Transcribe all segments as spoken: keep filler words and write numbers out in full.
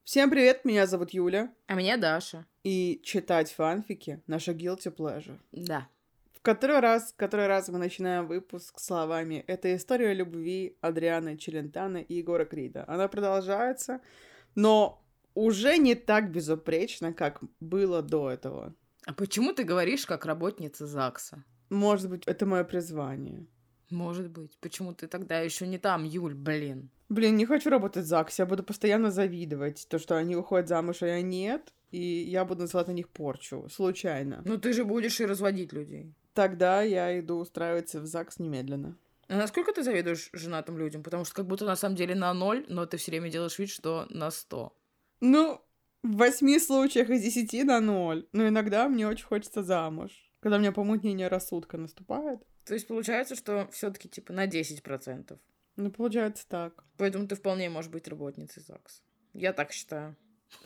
Всем привет, меня зовут Юля. А меня Даша. И читать фанфики — наша guilty pleasure. Да. В который раз, который раз мы начинаем выпуск словами «Это история любви Адрианы Челентано и Егора Крида». Она продолжается, но уже не так безупречно, как было до этого. А почему ты говоришь, как работница ЗАГСа? Может быть, это мое призвание. Может быть. Почему ты тогда еще не там, Юль, блин? Блин, не хочу работать в ЗАГСе, я буду постоянно завидовать, то, что они выходят замуж, а я нет, и я буду называть на них порчу, случайно. Ну ты же будешь и разводить людей. Тогда я иду устраиваться в ЗАГС немедленно. А насколько ты завидуешь женатым людям? Потому что как будто на самом деле на ноль, но ты все время делаешь вид, что на сто. Ну, в восьми случаях из десяти на ноль, но иногда мне очень хочется замуж, когда у меня помутнение рассудка наступает. То есть получается, что все-таки типа на десять процентов. Ну, получается так. Поэтому ты вполне можешь быть работницей ЗАГСа. Я так считаю.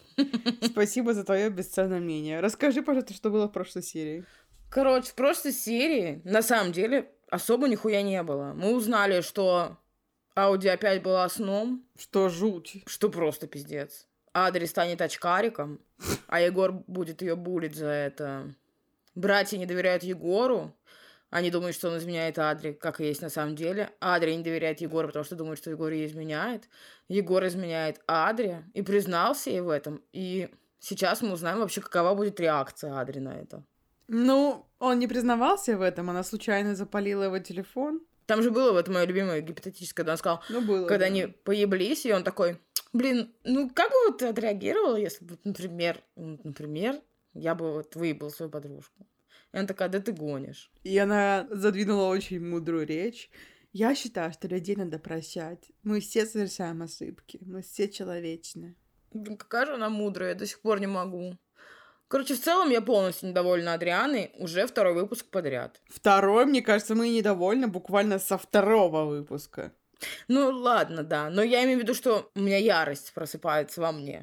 Спасибо за твое бесценное мнение. Расскажи, пожалуйста, что было в прошлой серии. Короче, в прошлой серии, на самом деле, особо нихуя не было. Мы узнали, что Ауди опять была сном. Что жуть. Что просто пиздец. Адри станет очкариком, а Егор будет ее булить за это. Братья не доверяют Егору. Они думают, что он изменяет Адри, как и есть на самом деле. Адри не доверяет Егору, потому что думает, что Егор ей изменяет. Егор изменяет Адри и признался ей в этом. И сейчас мы узнаем вообще, какова будет реакция Адри на это. Ну, он не признавался в этом, она случайно запалила его телефон. Там же было вот мое любимое гипотетическое, когда он сказал, ну, было, когда да. они поеблись, и он такой, блин, ну как бы вот ты отреагировала, если бы, например, например, я бы вот выебала свою подружку. И она такая, да ты гонишь. И она задвинула очень мудрую речь. Я считаю, что людей надо прощать. Мы все совершаем ошибки. Мы все человечны. Блин, какая же она мудрая, я до сих пор не могу. Короче, в целом я полностью недовольна Адрианой уже второй выпуск подряд. Второй, мне кажется, мы недовольны буквально со второго выпуска. Ну ладно, да. Но я имею в виду, что у меня ярость просыпается во мне.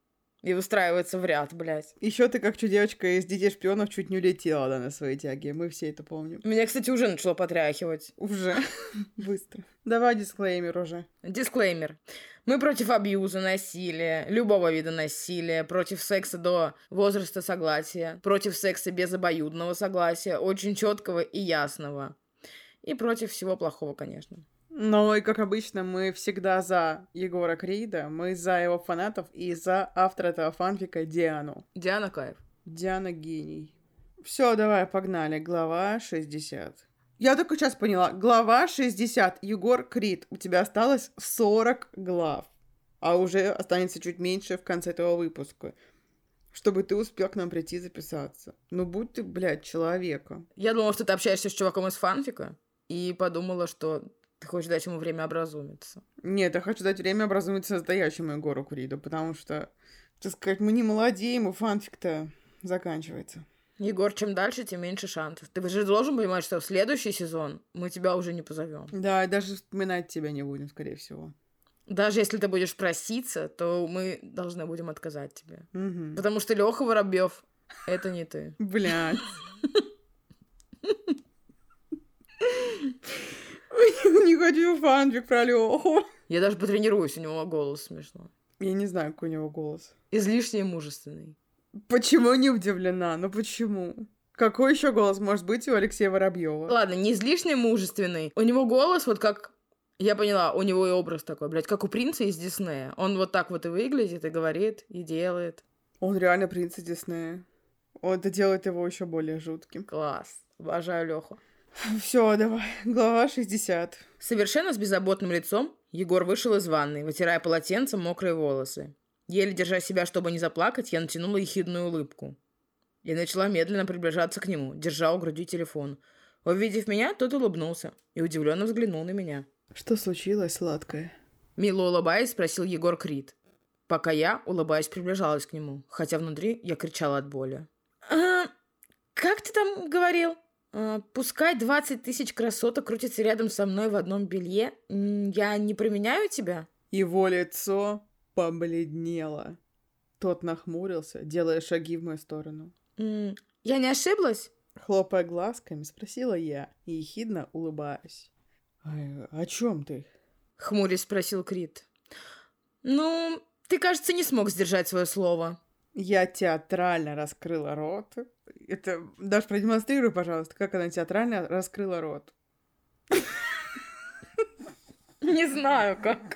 И выстраивается в ряд, блядь. Еще ты, как девочка из «Детей шпионов», чуть не улетела, да, на своей тяге. Мы все это помним. Меня, кстати, уже начало потряхивать. Уже? Быстро. Давай дисклеймер уже. Дисклеймер. Мы против абьюза, насилия, любого вида насилия, против секса до возраста согласия, против секса без обоюдного согласия, очень четкого и ясного. И против всего плохого, конечно. Но и, как обычно, мы всегда за Егора Крида, мы за его фанатов и за автора этого фанфика Диану. Диана кайф. Диана гений. Все, давай, погнали. Глава шестьдесят. Я только сейчас поняла. Глава шестьдесят. Егор Крид. У тебя осталось сорок глав. А уже останется чуть меньше в конце этого выпуска. Чтобы ты успел к нам прийти записаться. Ну, будь ты, блядь, человеком. Я думала, что ты общаешься с чуваком из фанфика. И подумала, что ты хочешь дать ему время образумиться. Нет, я хочу дать время образумиться настоящему Егору Криду. Потому что, так сказать, мы не молодеем, и фанфик-то заканчивается. Егор, чем дальше, тем меньше шансов. Ты же должен понимать, что в следующий сезон мы тебя уже не позовем. Да, и даже вспоминать тебя не будем, скорее всего. Даже если ты будешь проситься, то мы должны будем отказать тебе. Угу. Потому что Лёха Воробьев — это не ты. Блядь. Не хочу фанфик про Лёху. Я даже потренируюсь, у него голос смешной. Я не знаю, какой у него голос. Излишне мужественный. Почему не удивлена? Ну почему? Какой еще голос может быть у Алексея Воробьева? Ладно, не излишне мужественный. У него голос вот как... Я поняла, у него и образ такой, блядь, как у принца из Диснея. Он вот так вот и выглядит, и говорит, и делает. Он реально принц из Диснея. Он это делает его еще более жутким. Класс. Обожаю Лёху. Все, давай. Глава шестьдесят. Совершенно с беззаботным лицом Егор вышел из ванной, вытирая полотенцем мокрые волосы. Еле держа себя, чтобы не заплакать, я натянула ехидную улыбку. И начала медленно приближаться к нему, держа у груди телефон. Увидев меня, тот улыбнулся и удивленно взглянул на меня. Что случилось, сладкое? Мило улыбаясь, спросил Егор Крид. Пока я, улыбаясь, приближалась к нему, хотя внутри я кричала от боли. «А, как ты там говорил? А, пускай двадцать тысяч красоток крутятся рядом со мной в одном белье. Я не променяю тебя?» Его лицо побледнело. Тот нахмурился, делая шаги в мою сторону. М- «Я не ошиблась?» Хлопая глазками, спросила я, и ехидно улыбаясь. «О чем ты?» — хмурясь спросил Крид. «Ну, Ты, кажется, не смог сдержать свое слово. Я театрально раскрыла рот. Это даже продемонстрируй, пожалуйста, как она театрально раскрыла рот. Не знаю, как.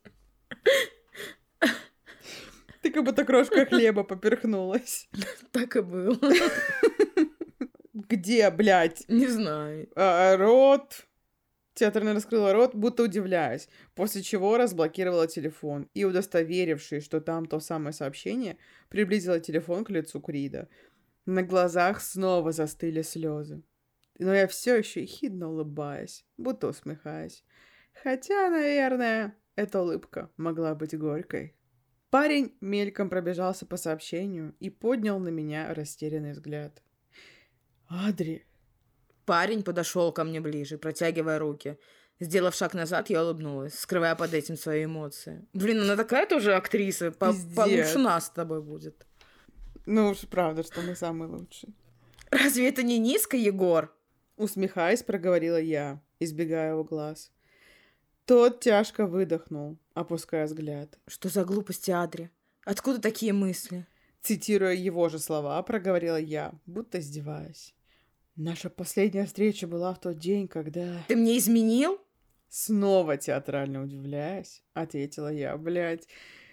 Ты как будто крошка хлеба поперхнулась. Так и было. Где, блядь? Не знаю. А, рот. Театрально раскрыла рот, будто удивляясь, после чего разблокировала телефон и, удостоверившись, что там то самое сообщение, приблизила телефон к лицу Крида. На глазах снова застыли слезы. Но я все еще ехидно улыбаюсь, будто усмехаясь. Хотя, наверное, эта улыбка могла быть горькой. Парень мельком пробежался по сообщению и поднял на меня растерянный взгляд. «Адри!» Парень подошел ко мне ближе, протягивая руки. Сделав шаг назад, я улыбнулась, скрывая под этим свои эмоции. Блин, она такая тоже актриса, по- получше нас с тобой будет. Ну уж правда, что мы самые лучшие. Разве это не низко, Егор? Усмехаясь, проговорила я, избегая его глаз. Тот тяжко выдохнул, опуская взгляд. Что за глупости, Адри? Откуда такие мысли? Цитируя его же слова, проговорила я, будто издеваясь. Наша последняя встреча была в тот день, когда... Ты мне изменил? Снова театрально удивляясь, ответила я, блядь.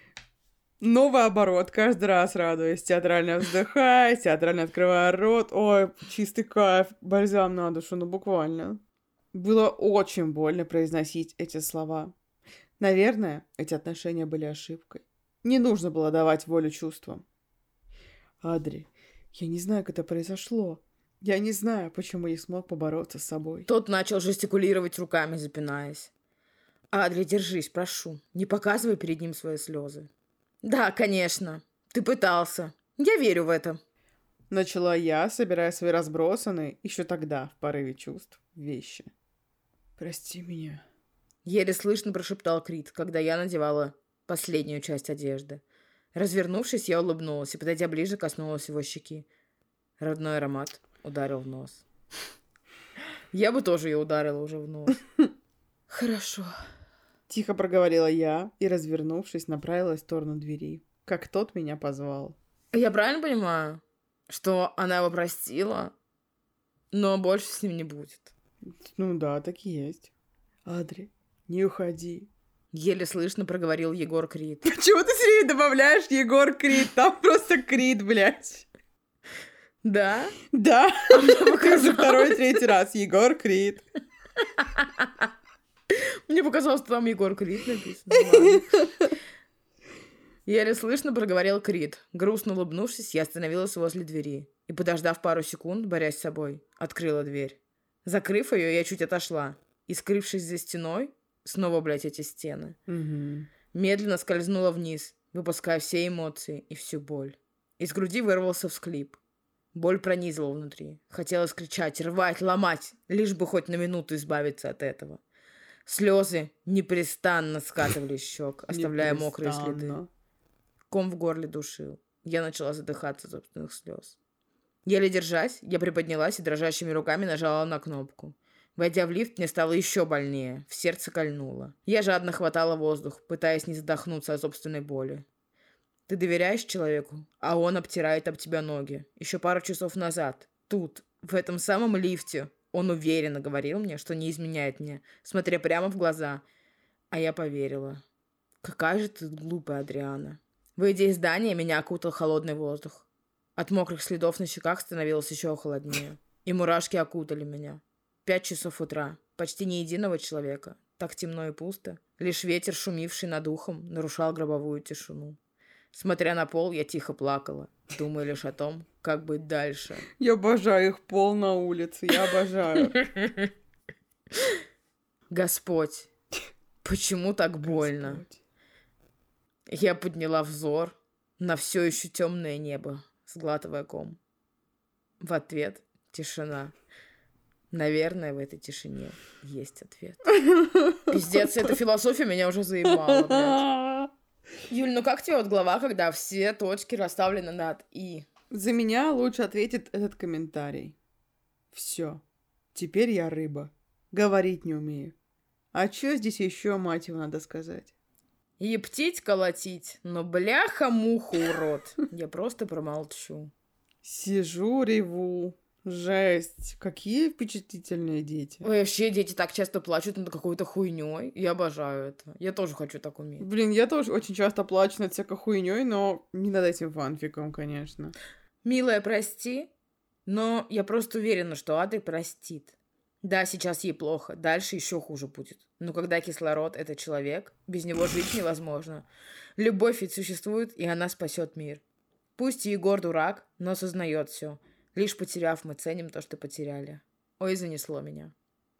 Новый оборот, каждый раз радуюсь. Театрально вздыхая, театрально открывая рот. Ой, чистый кайф, бальзам на душу, ну буквально. Было очень больно произносить эти слова. Наверное, эти отношения были ошибкой. Не нужно было давать волю чувствам. Адри, я не знаю, как это произошло. Я не знаю, почему не смог побороться с собой. Тот начал жестикулировать руками, запинаясь. Адри, держись, прошу. Не показывай перед ним свои слезы. Да, конечно. Ты пытался. Я верю в это. Начала я, собирая свои разбросанные, еще тогда, в порыве чувств, вещи. Прости меня. Еле слышно прошептал Крид, когда я надевала последнюю часть одежды. Развернувшись, я улыбнулась и, подойдя ближе, коснулась его щеки. Родной аромат ударил в нос. Я бы тоже ее ударила уже в нос. Хорошо. Тихо проговорила я и, развернувшись, направилась в сторону двери, как тот меня позвал. Я правильно понимаю, что она его простила, но больше с ним не будет? Ну да, так и есть. Адри, не уходи. Еле слышно проговорил Егор Крид. Почему ты все время добавляешь Егор Крид? Там просто Крид, блядь. Да? Да. А мне показалось... Второй, третий раз. Егор Крид. Мне показалось, что там Егор Крид написано. Еле слышно проговорил Крид. Грустно улыбнувшись, я остановилась возле двери и, подождав пару секунд, борясь с собой, открыла дверь. Закрыв ее, я чуть отошла и, скрывшись за стеной, снова, блядь, эти стены, Угу. медленно скользнула вниз, выпуская все эмоции и всю боль. Из груди вырвался всхлип. Боль пронизывала внутри. Хотелось кричать, рвать, ломать, лишь бы хоть на минуту избавиться от этого. Слезы непрестанно скатывали с щек, оставляя мокрые следы. Ком в горле душил. Я начала задыхаться от собственных слез. Еле держась, я приподнялась и дрожащими руками нажала на кнопку. Войдя в лифт, мне стало еще больнее. В сердце кольнуло. Я жадно хватала воздух, пытаясь не задохнуться от собственной боли. Ты доверяешь человеку, а он обтирает об тебя ноги. Еще пару часов назад, тут, в этом самом лифте, он уверенно говорил мне, что не изменяет мне, смотря прямо в глаза. А я поверила. Какая же ты глупая, Адриана. Выйдя из здания, меня окутал холодный воздух. От мокрых следов на щеках становилось еще холоднее. И мурашки окутали меня. Пять часов утра. Почти ни единого человека. Так темно и пусто. Лишь ветер, шумивший над ухом, нарушал гробовую тишину. Смотря на пол, я тихо плакала, думая лишь о том, как быть дальше. Я обожаю их пол на улице, я обожаю. Господь, почему так больно? Господь. Я подняла взор на все еще темное небо, сглатывая ком. В ответ тишина. Наверное, в этой тишине есть ответ. Пиздец, эта философия меня уже заебала, блядь. Юль, ну как тебе вот глава, когда все точки расставлены над «и»? За меня лучше ответит этот комментарий. Все. Теперь я рыба. Говорить не умею. А чё здесь еще, мать его, надо сказать? Ептить, колотить, но бляха-муха, урод. Я просто промолчу. Сижу, реву. Жесть. Какие впечатлительные дети. Ой, вообще дети так часто плачут над какой-то хуйней. Я обожаю это. Я тоже хочу так уметь. Блин, я тоже очень часто плачу над всякой хуйней, но не над этим фанфиком, конечно. Милая, прости, но я просто уверена, что Адри простит. Да, сейчас ей плохо, дальше еще хуже будет. Но когда кислород — это человек, без него жить невозможно. Любовь ведь существует, и она спасет мир. Пусть и Егор дурак, но осознает все. Лишь потеряв, мы ценим то, что потеряли. Ой, занесло меня.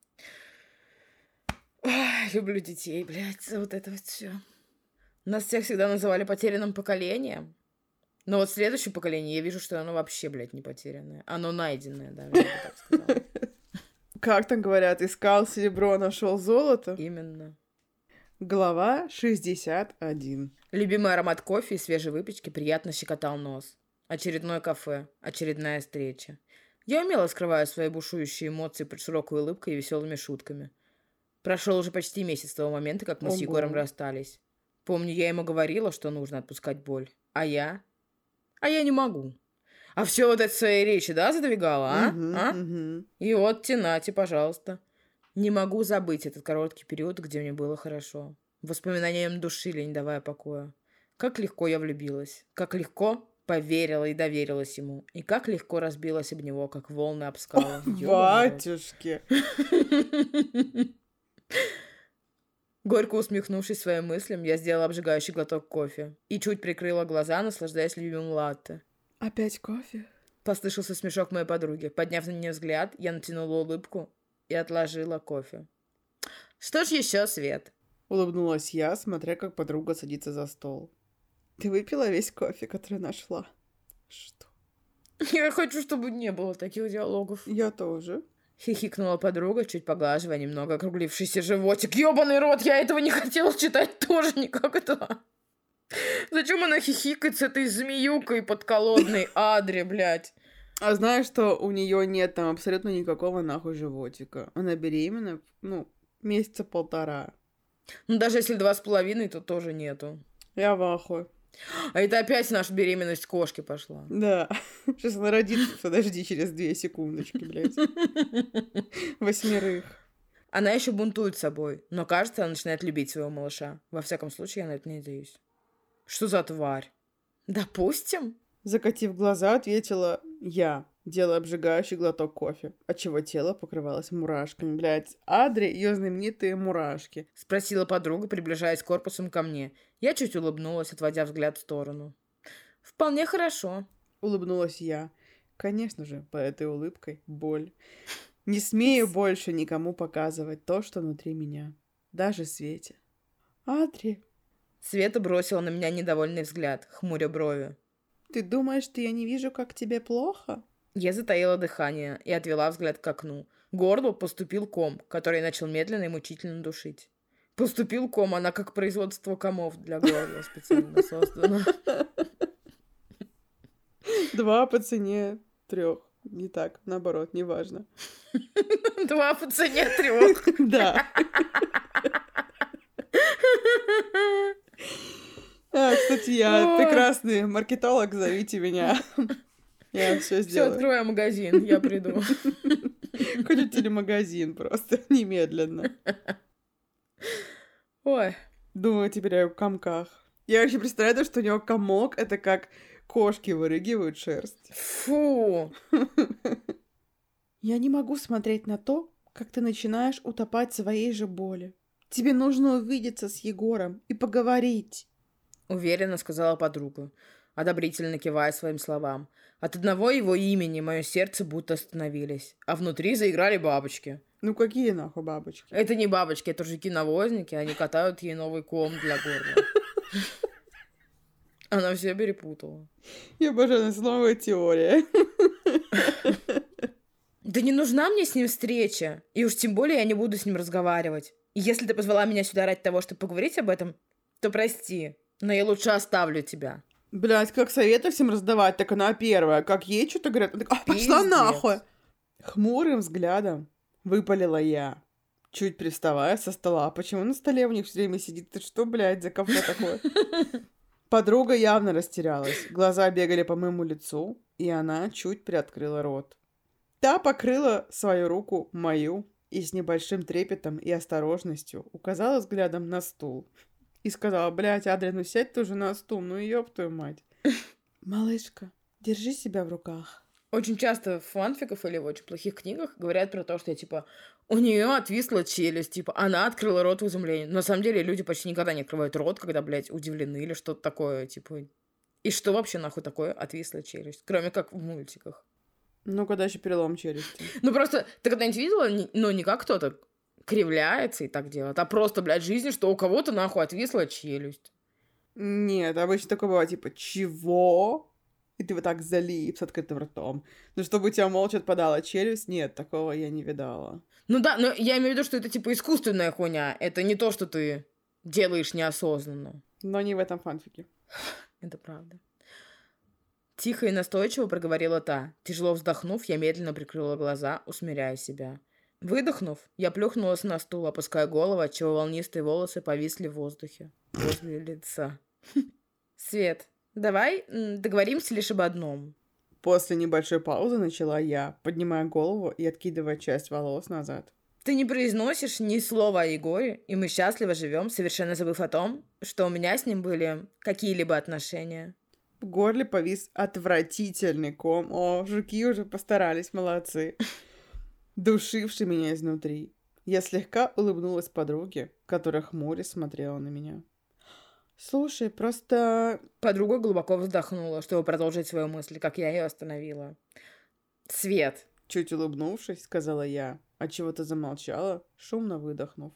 Ой, люблю детей, блядь, за вот это вот все. Нас всех всегда называли потерянным поколением. Но вот следующее поколение, я вижу, что оно вообще, блядь, не потерянное. Оно найденное, да, я бы так сказала. Как там говорят, искал серебро, нашел золото? Именно. Глава шестьдесят один. Любимый аромат кофе и свежей выпечки приятно щекотал нос. Очередное кафе, очередная встреча. Я умело скрываю свои бушующие эмоции под широкой улыбкой и веселыми шутками. Прошел уже почти месяц с того момента, как мы Ого. с Егором расстались. Помню, я ему говорила, что нужно отпускать боль. А я? А я не могу. А все вот это в своей речи, да, задвигала, а? Мгм, а? мгм. И вот, тянате, пожалуйста. Не могу забыть этот короткий период, где мне было хорошо. Воспоминания им душили, не давая покоя. Как легко я влюбилась. Как легко поверила и доверилась ему. И как легко разбилась об него, как волны об скалы. Ёбаный рот. Батюшки. Горько усмехнувшись своим мыслям, я сделала обжигающий глоток кофе и чуть прикрыла глаза, наслаждаясь любимым латте. Опять кофе? Послышался смешок моей подруги. Подняв на нее взгляд, я натянула улыбку и отложила кофе. Что ж еще, Свет? Улыбнулась я, смотря, как подруга садится за стол. Ты выпила весь кофе, который нашла? Что? Я хочу, чтобы не было таких диалогов. Я тоже. Хихикнула подруга, чуть поглаживая немного округлившийся животик. Ёбаный рот, я этого не хотела читать тоже никогда. Зачем она хихикает с этой змеюкой подколодной Адри, блядь? А знаешь, что у нее нет там абсолютно никакого нахуй животика? Она беременна, ну, месяца полтора. Ну, даже если два с половиной, то тоже нету. Я в ахуе. А это опять наша беременность кошки пошла. Да. Сейчас она родится, подожди, через две секундочки, блядь. Восьмерых. Она еще бунтует собой, но, кажется, она начинает любить своего малыша. Во всяком случае, я на это не надеюсь. Что за тварь? Допустим. Закатив глаза, ответила я, делая обжигающий глоток кофе, отчего тело покрывалось мурашками. Блядь, Адри, ее знаменитые мурашки. Спросила подруга, приближаясь корпусом ко мне. Я чуть улыбнулась, отводя взгляд в сторону. Вполне хорошо. Улыбнулась я. Конечно же, по этой улыбкой боль. Не смею больше никому показывать то, что внутри меня. Даже Свете. Адри. Света бросила на меня недовольный взгляд, хмуря брови. Ты думаешь, что я не вижу, как тебе плохо? Я затаила дыхание и отвела взгляд к окну. К горлу поступил ком, который начал медленно и мучительно душить. Поступил ком, она как производство комов для горла специально создана. Два по цене трех. Не так, наоборот, неважно. Два по цене трех. Да. А, кстати, я Ой. прекрасный маркетолог, зовите меня. Я все Все, сделаю. открываю магазин, я приду. Хочу телемагазин просто, немедленно. Ой, Думаю, теперь я в комках. Я вообще представляю, что у него комок, это как кошки вырыгивают шерсть. фу. Я не могу смотреть на то, как ты начинаешь утопать в своей же боли. Тебе нужно увидеться с Егором и поговорить. Уверенно сказала подруга, одобрительно кивая своим словам. От одного его имени мое сердце будто остановились, а внутри заиграли бабочки. Ну какие нахуй бабочки? Это не бабочки, это жуки-навозники, они катают ей новый ком для горла. Она все перепутала. Я обожаю, у нас новая теория. Да не нужна мне с ним встреча, и уж тем более я не буду с ним разговаривать. И если ты позвала меня сюда ради того, чтобы поговорить об этом, то прости, но я лучше оставлю тебя. Блядь, как советы всем раздавать, так она первая. Как ей что-то говорят, она такая, а, пошла Пиздец. нахуй. Хмурым взглядом выпалила я. чуть приставая со стола. Почему на столе у них все время сидит? Ты что, блядь, за кафе такое? Подруга явно растерялась. Глаза бегали по моему лицу, и она чуть приоткрыла рот. Та покрыла свою руку мою и с небольшим трепетом и осторожностью указала взглядом на стул. И сказала: блядь, Адри, ну сядь ты уже на стул, ну ёб твою мать. Малышка, держи себя в руках. Очень часто в фанфиках или в очень плохих книгах говорят про то, что, типа, у нее отвисла челюсть, типа, она открыла рот в изумлении. Но на самом деле люди почти никогда не открывают рот, когда, блядь, удивлены или что-то такое, типа. И что вообще нахуй такое отвисла челюсть? Кроме как в мультиках. Ну, когда еще перелом челюсти. Ну, просто, ты когда-нибудь видела, ну, не как кто-то кривляется и так делает, а просто, блядь, в жизни, что у кого-то нахуй отвисла челюсть. Нет, обычно такое бывает, типа, чего? И ты вот так залип с открытым ртом. Но чтобы у тебя молча отпадала челюсть, нет, такого я не видала. Ну да, но я имею в виду, что это, типа, искусственная хуйня. Это не то, что ты делаешь неосознанно. Но не в этом фанфике. Это правда. Тихо и настойчиво проговорила та. Тяжело вздохнув, я медленно прикрыла глаза, усмиряя себя. Выдохнув, я плюхнулась на стул, опуская голову, отчего волнистые волосы повисли в воздухе возле лица. Свет, давай договоримся лишь об одном. После небольшой паузы начала я, поднимая голову и откидывая часть волос назад. Ты не произносишь ни слова о Егоре, и мы счастливо живем, совершенно забыв о том, что у меня с ним были какие-либо отношения. В горле повис отвратительный ком. О, жуки уже постарались, молодцы. Душивший меня изнутри. Я слегка улыбнулась подруге, которая хмуря смотрела на меня. Слушай, просто... Подруга глубоко вздохнула, чтобы продолжить свою мысль, как я ее остановила. Свет. Чуть улыбнувшись, сказала я, отчего-то замолчала, шумно выдохнув.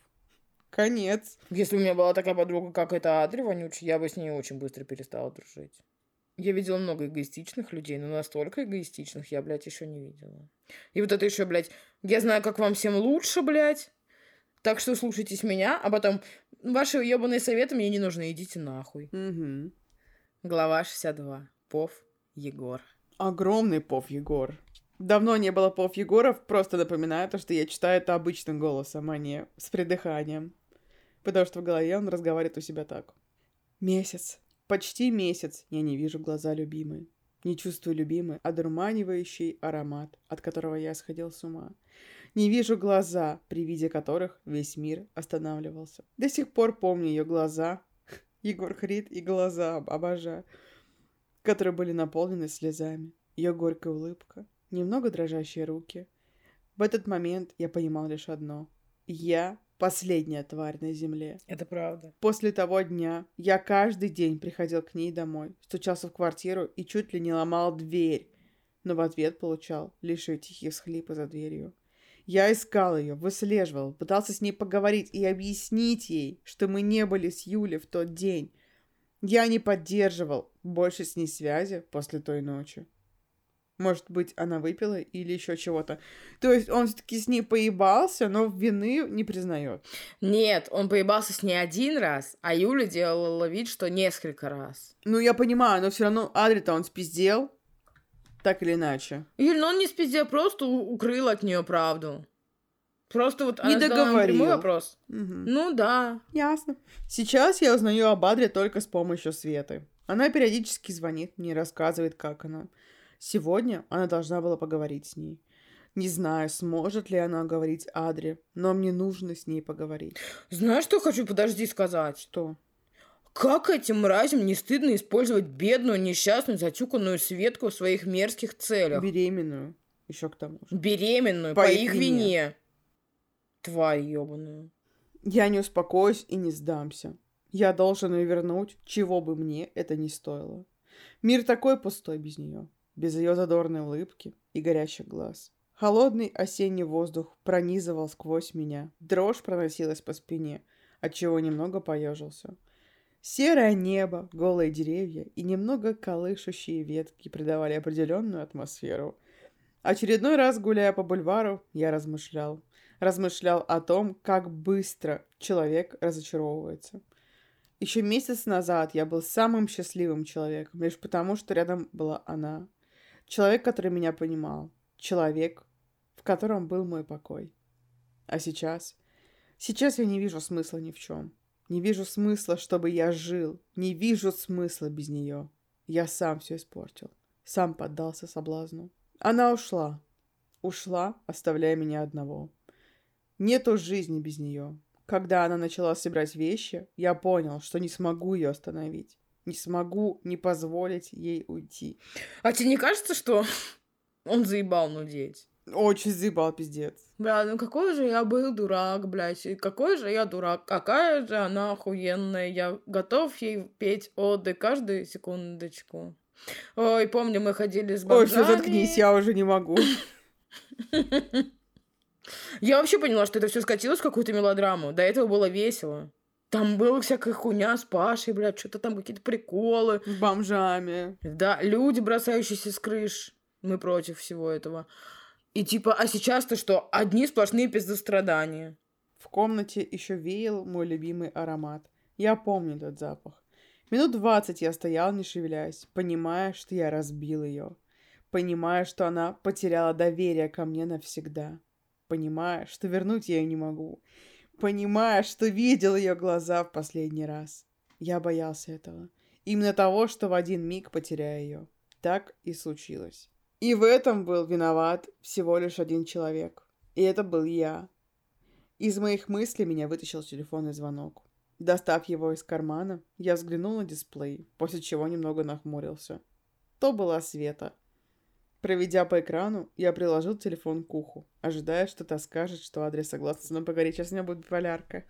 Конец. Если у меня была такая подруга, как эта Адри вонючая, я бы с ней очень быстро перестала дружить. Я видела много эгоистичных людей, но настолько эгоистичных я, блядь, еще не видела. И вот это еще, блядь, я знаю, как вам всем лучше, блядь. Так что слушайтесь меня, а потом ваши ебаные советы мне не нужны, идите нахуй. Угу. Глава шестьдесят два. Пов Егор. Огромный Пов Егор. Давно не было Пов Егоров, просто напоминаю то, что я читаю это обычным голосом, а не с придыханием. Потому что в голове он разговаривает у себя так. Месяц. Почти месяц я не вижу глаза любимой. Не чувствую любимый, одурманивающий аромат, от которого я сходил с ума. Не вижу глаза, при виде которых весь мир останавливался. До сих пор помню ее глаза. Егор Крид и глаза, обожаю. Которые были наполнены слезами. Ее горькая улыбка. Немного дрожащие руки. В этот момент я понимал лишь одно. Я последняя тварь на земле. Это правда. После того дня я каждый день приходил к ней домой, стучался в квартиру и чуть ли не ломал дверь, но в ответ получал лишь ее тихие всхлипы за дверью. Я искал ее, выслеживал, пытался с ней поговорить и объяснить ей, что мы не были с Юлей в тот день. Я не поддерживал больше с ней связи после той ночи. Может быть, она выпила или еще чего-то. То есть он все-таки с ней поебался, но вины не признает. Нет, он поебался с ней один раз, а Юля делала вид, что несколько раз. Ну, я понимаю, но все равно Адри-то он спиздел. Так или иначе. Юль, ну он не спиздел, просто укрыл от нее правду. Просто вот Не она задала нам договорил. прямой вопрос. Угу. Ну да. Ясно. Сейчас я узнаю об Адре только с помощью Светы. Она периодически звонит мне, рассказывает, как она. Сегодня она должна была поговорить с ней. Не знаю, сможет ли она говорить Адре, но мне нужно с ней поговорить. Знаешь, что хочу, подожди, сказать? Что? Как этим мразям не стыдно использовать бедную, несчастную, затюканную Светку в своих мерзких целях? Беременную. Еще к тому же. Беременную, по, по их вине. вине. Тварь ебаную. Я не успокоюсь и не сдамся. Я должен ее вернуть, чего бы мне это ни стоило. Мир такой пустой без нее. Без ее задорной улыбки и горящих глаз. Холодный осенний воздух пронизывал сквозь меня. Дрожь проносилась по спине, отчего немного поежился. Серое небо, голые деревья и немного колышущие ветки придавали определенную атмосферу. Очередной раз, гуляя по бульвару, я размышлял. Размышлял о том, как быстро человек разочаровывается. Еще месяц назад я был самым счастливым человеком, лишь потому, что рядом была она. Человек, который меня понимал. Человек, в котором был мой покой. А сейчас Сейчас я не вижу смысла ни в чем. Не вижу смысла, чтобы я жил. Не вижу смысла без нее. Я сам все испортил. Сам поддался соблазну. Она ушла. Ушла, оставляя меня одного. Нету жизни без нее. Когда она начала собирать вещи, я понял, что не смогу ее остановить. Не смогу не позволить ей уйти. А тебе не кажется, что он заебал нудеть? Очень заебал, пиздец. Бля, ну какой же я был дурак, блядь. И какой же я дурак. Какая же она охуенная. Я готов ей петь оды каждую секундочку. Ой, помню, мы ходили с бомжами. Ой, все, заткнись, я уже не могу. Я вообще поняла, что это все скатилось в какую-то мелодраму. До этого было весело. Там была всякая хуйня с Пашей, блядь, что-то там какие-то приколы. С бомжами. Да, люди, бросающиеся с крыш. Мы против всего этого. И типа, а сейчас-то что? Одни сплошные пиздострадания. В комнате еще веял мой любимый аромат. Я помню этот запах. Минут двадцать я стоял, не шевелясь, понимая, что я разбил ее. Понимая, что она потеряла доверие ко мне навсегда. Понимая, что вернуть я ее не могу. Понимая, что видел ее глаза в последний раз. Я боялся этого. Именно того, что в один миг потеряю ее. Так и случилось. И в этом был виноват всего лишь один человек. И это был я. Из моих мыслей меня вытащил телефонный звонок. Достав его из кармана, я взглянул на дисплей, после чего немного нахмурился. То была Света. Проведя по экрану, я приложил телефон к уху, ожидая, что та скажет, что адрес согласен со мной поговорить. Сейчас у меня будет биполярка.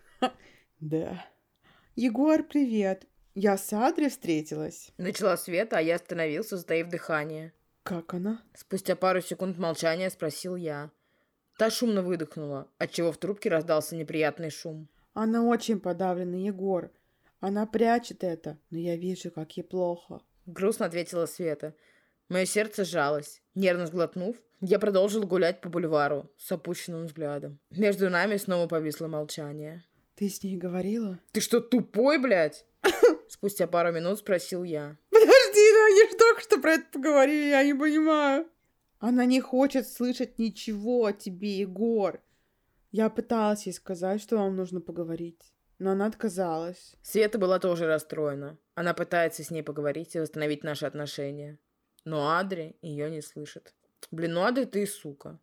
Да. Егор, привет. Я с Адри встретилась. Начала Света, а я остановился, затаив дыхание. Как она? Спустя пару секунд молчания спросил я. Та шумно выдохнула, отчего в трубке раздался неприятный шум. Она очень подавлена, Егор. Она прячет это, но я вижу, как ей плохо. Грустно ответила Света. Мое сердце сжалось. Нервно сглотнув, я продолжил гулять по бульвару с опущенным взглядом. Между нами снова повисло молчание. Ты с ней говорила? Ты что, тупой, блядь? Спустя пару минут спросил я. Подожди, ну они же только что про это поговорили, я не понимаю. Она не хочет слышать ничего о тебе, Егор. Я пыталась ей сказать, что вам нужно поговорить, но она отказалась. Света была тоже расстроена. Она пытается с ней поговорить и восстановить наши отношения. Но Адри ее не слышит. Блин, ну Адри ты и сука.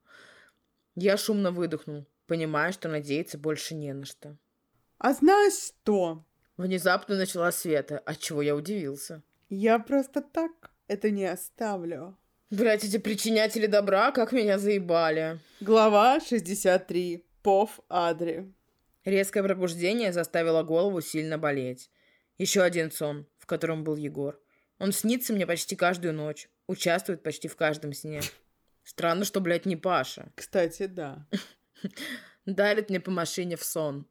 Я шумно выдохнул, понимая, что надеяться больше не на что. А знаешь что? Внезапно начала Света, отчего я удивился. Я просто так это не оставлю. Блять, эти причинятели добра как меня заебали. Глава шестьдесят три. Пов Адри. Резкое пробуждение заставило голову сильно болеть. Еще один сон, в котором был Егор. Он снится мне почти каждую ночь. Участвует почти в каждом сне. Странно, что, блядь, не Паша. Кстати, да. Дарит мне по машине в сон.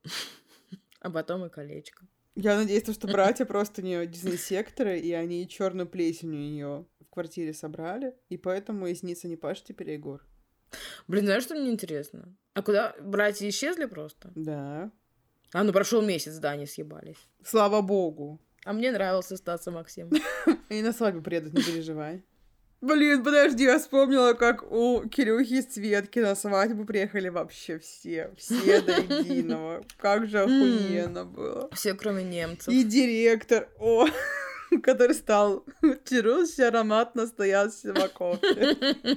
А потом и колечко. Я надеюсь, что братья просто не дезинсекторы, и они черную плесень у нее в квартире собрали, и поэтому и снится не Паша, теперь Егор. Блин, знаешь, что мне интересно? А куда братья исчезли просто? Да. А, ну прошел месяц, да, они съебались. Слава богу. А мне нравился Стаса Максим. И на свадьбу приедут, не переживай. Блин, подожди, я вспомнила, как у Кирюхи и Светки на свадьбу приехали вообще все. Все до единого. Как же охуенно было. Все, кроме немцев. И директор, о, который стал чарующий аромат настоящего кофе.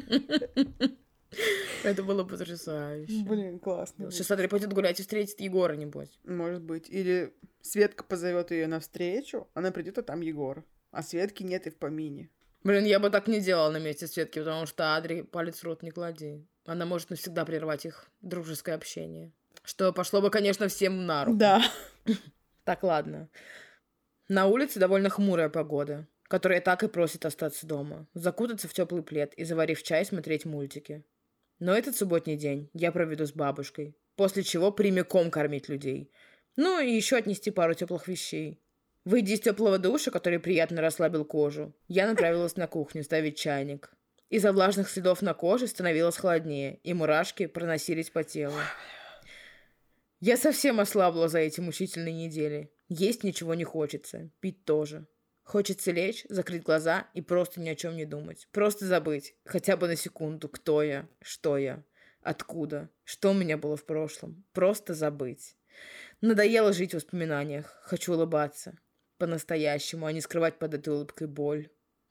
Это было потрясающе. Блин, классно. Сейчас Андрей пойдет гулять и встретит Егора, небось. Может быть. Или Светка позовет ее навстречу, она придет, а там Егор. А Светки нет и в помине. Блин, я бы так не делала на месте Светки, потому что Адри палец в рот не клади. Она может навсегда прервать их дружеское общение. Что пошло бы, конечно, всем на руку. Да. Так, ладно. На улице довольно хмурая погода, которая так и просит остаться дома, закутаться в теплый плед и, заварив чай, смотреть мультики. Но этот субботний день я проведу с бабушкой, после чего прямиком кормить людей. Ну и еще отнести пару теплых вещей. Выйдя из теплого душа, который приятно расслабил кожу, я направилась на кухню ставить чайник. Из-за влажных следов на коже становилось холоднее, и мурашки проносились по телу. Я совсем ослабла за эти мучительные недели. Есть ничего не хочется, пить тоже. Хочется лечь, закрыть глаза и просто ни о чем не думать. Просто забыть, хотя бы на секунду, кто я, что я, откуда, что у меня было в прошлом. Просто забыть. Надоело жить в воспоминаниях. Хочу улыбаться. По-настоящему, а не скрывать под этой улыбкой боль.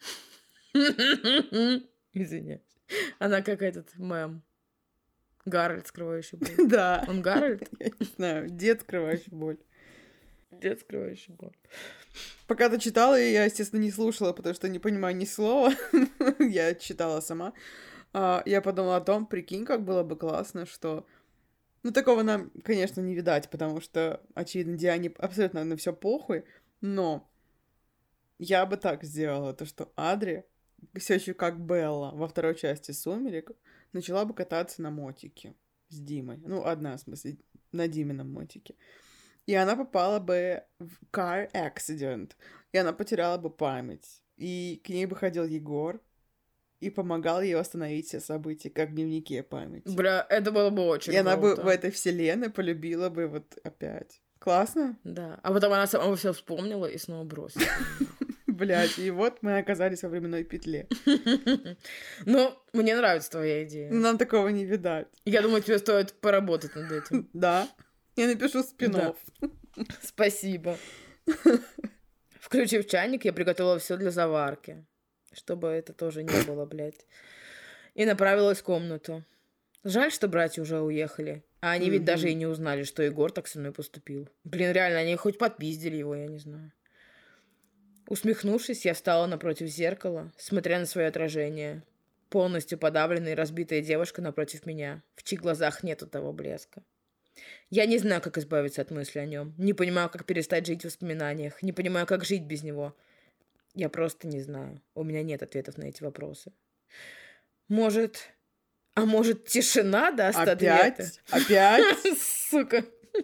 Извиняюсь. Она как этот мем. Гарольд, скрывающий боль. Да. Он Гарольд? Я не знаю. Дед, скрывающий боль. Дед, скрывающий боль. Пока ты читала, я, естественно, не слушала, потому что не понимаю ни слова. Я читала сама. А, я подумала о том, прикинь, как было бы классно, что... Ну, такого нам, конечно, не видать, потому что, очевидно, Диане абсолютно на все похуй, но я бы так сделала, то, что Адри, все еще как Белла во второй части «Сумерек», начала бы кататься на мотике с Димой. Ну, одна, в смысле, на Димином мотике. И она попала бы в car accident, и она потеряла бы память. И к ней бы ходил Егор, и помогал ей восстановить все события, как в дневнике памяти. Бля, это было бы очень И она бы круто. в этой вселенной полюбила бы вот опять. Классно? Да. А потом она сама все вспомнила и снова бросила. Блять, и вот мы оказались во временной петле. Ну, мне нравится твоя идея. Нам такого не видать. Я думаю, тебе стоит поработать над этим. Да. Я напишу спин-офф. Спасибо. Включив чайник, я приготовила все для заварки. Чтобы это тоже не было, блядь. И направилась в комнату. Жаль, что братья уже уехали. А они ведь даже и не узнали, что Егор так со мной поступил. Блин, реально, они хоть подпиздили его, я не знаю. Усмехнувшись, я встала напротив зеркала, смотря на свое отражение. Полностью подавленная и разбитая девушка напротив меня, в чьих глазах нету того блеска. Я не знаю, как избавиться от мысли о нем. Не понимаю, как перестать жить в воспоминаниях. Не понимаю, как жить без него. Я просто не знаю. У меня нет ответов на эти вопросы. Может... А может, тишина даст Опять? ответы? Опять? Сука.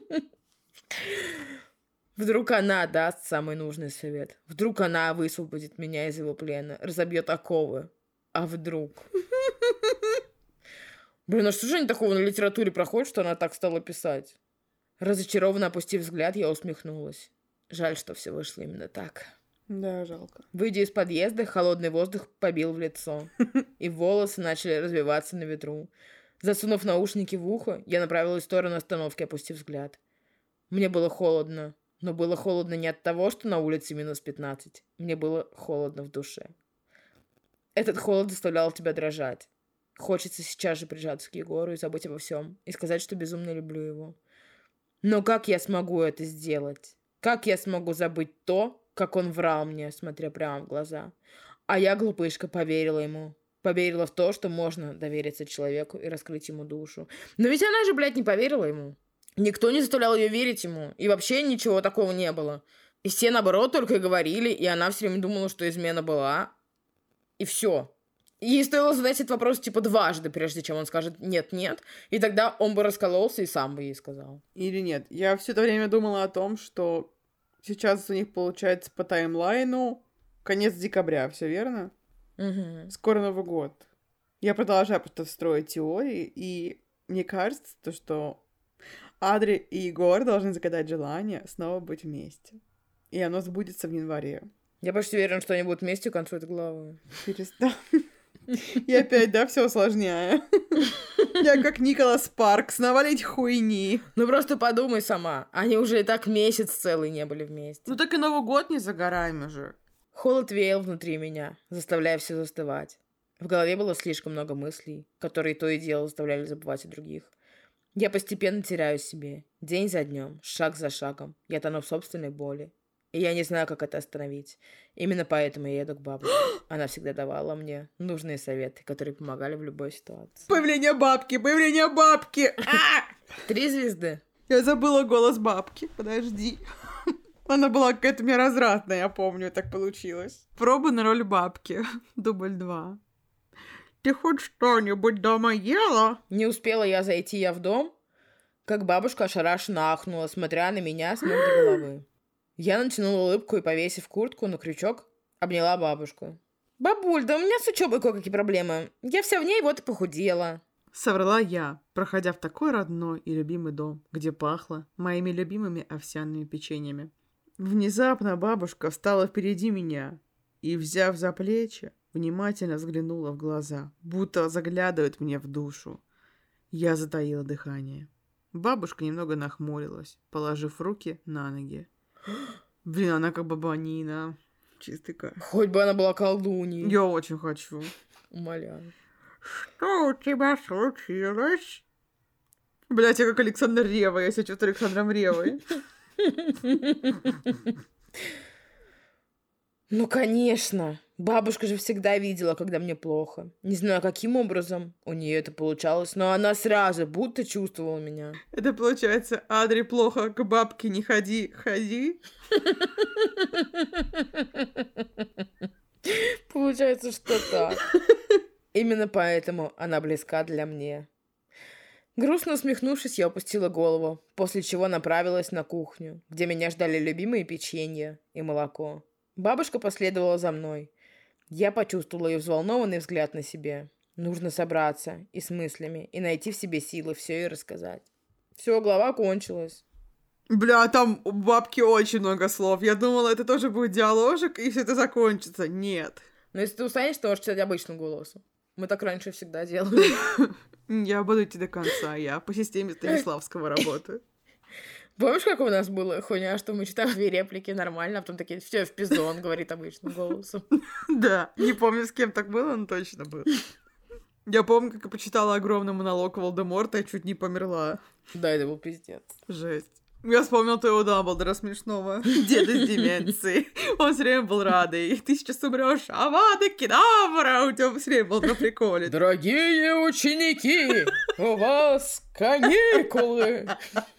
Вдруг она даст самый нужный совет. Вдруг она высвободит меня из его плена, разобьет оковы. А вдруг? Блин, а что же они такого на литературе проходят, что она так стала писать? Разочарованно опустив взгляд, я усмехнулась. Жаль, что все вышло именно так. Да, жалко. Выйдя из подъезда, холодный воздух побил в лицо, и волосы начали развиваться на ветру. Засунув наушники в ухо, я направилась в сторону остановки, опустив взгляд. Мне было холодно, но было холодно не от того, что на улице минус пятнадцать. Мне было холодно в душе. Этот холод заставлял тебя дрожать. Хочется сейчас же прижаться к Егору и забыть обо всем, и сказать, что безумно люблю его. Но как я смогу это сделать? Как я смогу забыть то, как он врал мне, смотря прямо в глаза? А я, глупышка, поверила ему. Поверила в то, что можно довериться человеку и раскрыть ему душу. Но ведь она же, блядь, не поверила ему. Никто не заставлял ее верить ему. И вообще ничего такого не было. И все, наоборот, только и говорили, и она все время думала, что измена была. И все. Ей стоило задать этот вопрос типа дважды, прежде чем он скажет «нет-нет». И тогда он бы раскололся и сам бы ей сказал. Или нет. Я все это время думала о том, что сейчас у них получается по таймлайну конец декабря, все верно? Угу. Скоро Новый год. Я продолжаю просто строить теории, и мне кажется, то, что Адри и Егор должны загадать желание снова быть вместе. И оно сбудется в январе. Я почти уверена, что они будут вместе к концу этой главы. Перестань. Я опять, да, все усложняю. Я как Николас Паркс, навалить хуйни. Ну просто подумай сама. Они уже и так месяц целый не были вместе. Ну так и Новый год не за горами же. Холод веял внутри меня, заставляя все застывать. В голове было слишком много мыслей, которые то и дело заставляли забывать о других. Я постепенно теряю себе. День за днем, шаг за шагом. Я тону в собственной боли. И я не знаю, как это остановить. Именно поэтому я еду к бабушке. Она всегда давала мне нужные советы, которые помогали в любой ситуации. Появление бабки, появление бабки! Три звезды. Я забыла голос бабки, подожди. Она была какая-то у меня развратная, я помню, так получилось. Проба на роль бабки. Дубль два. Ты хоть что-нибудь дома ела? Не успела я зайти я в дом, как бабушка ошарашенно ахнула, смотря на меня с ног до головы. Я натянула улыбку и, повесив куртку на крючок, обняла бабушку. «Бабуль, да у меня с учебой кое-какие проблемы. Я вся в ней, вот и похудела». Соврала я, проходя в такой родной и любимый дом, где пахло моими любимыми овсяными печеньями. Внезапно бабушка встала впереди меня и, взяв за плечи, внимательно взглянула в глаза, будто заглядывает мне в душу. Я затаила дыхание. Бабушка немного нахмурилась, положив руки на ноги. Блин, она как баба Нина. Чистый кайф. Хоть бы она была колдуньей. Я очень хочу. Умоляю. Что у тебя случилось? Блять, я как Александр Ревва. Я себя чувствую Александром Реввой. Ну, конечно. Бабушка же всегда видела, когда мне плохо. Не знаю, каким образом у нее это получалось, но она сразу будто чувствовала меня. Это получается, Адри, плохо, к бабке не ходи, ходи. Получается, что так. Именно поэтому она близка для мне. Грустно усмехнувшись, я опустила голову, после чего направилась на кухню, где меня ждали любимые печенья и молоко. Бабушка последовала за мной. Я почувствовала ее взволнованный взгляд на себе. Нужно собраться и с мыслями, и найти в себе силы все ей рассказать. Все, глава кончилась. Бля, там у бабки очень много слов. Я думала, это тоже будет диаложик, и все это закончится. Нет. Но если ты устанешь, то можешь читать обычным голосом. Мы так раньше всегда делали. Я буду идти до конца. Я по системе Станиславского работаю. Помнишь, как у нас была хуйня, что мы читаем две реплики нормально, а потом такие, все, в пизду, он говорит обычным голосом. Да, не помню, с кем так было, но точно было. Я помню, как я почитала огромный монолог Волдеморта, я чуть не померла. Да, это был пиздец. Жесть. Я вспомнил твоего Дамблдора смешного. Деда с деменцией. Он все время был радый. Ты сейчас умрешь, авада кедавра. У тебя все время был на приколе. Дорогие ученики, у вас каникулы.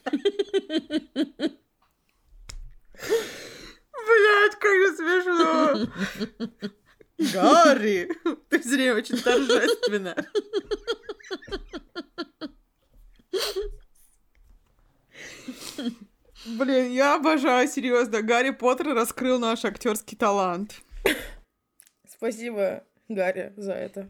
Блядь, как же смешно. Гарри, ты все время очень торжественно. Блин, я обожаю, серьезно. Гарри Поттер раскрыл наш актерский талант. Спасибо, Гарри, за это.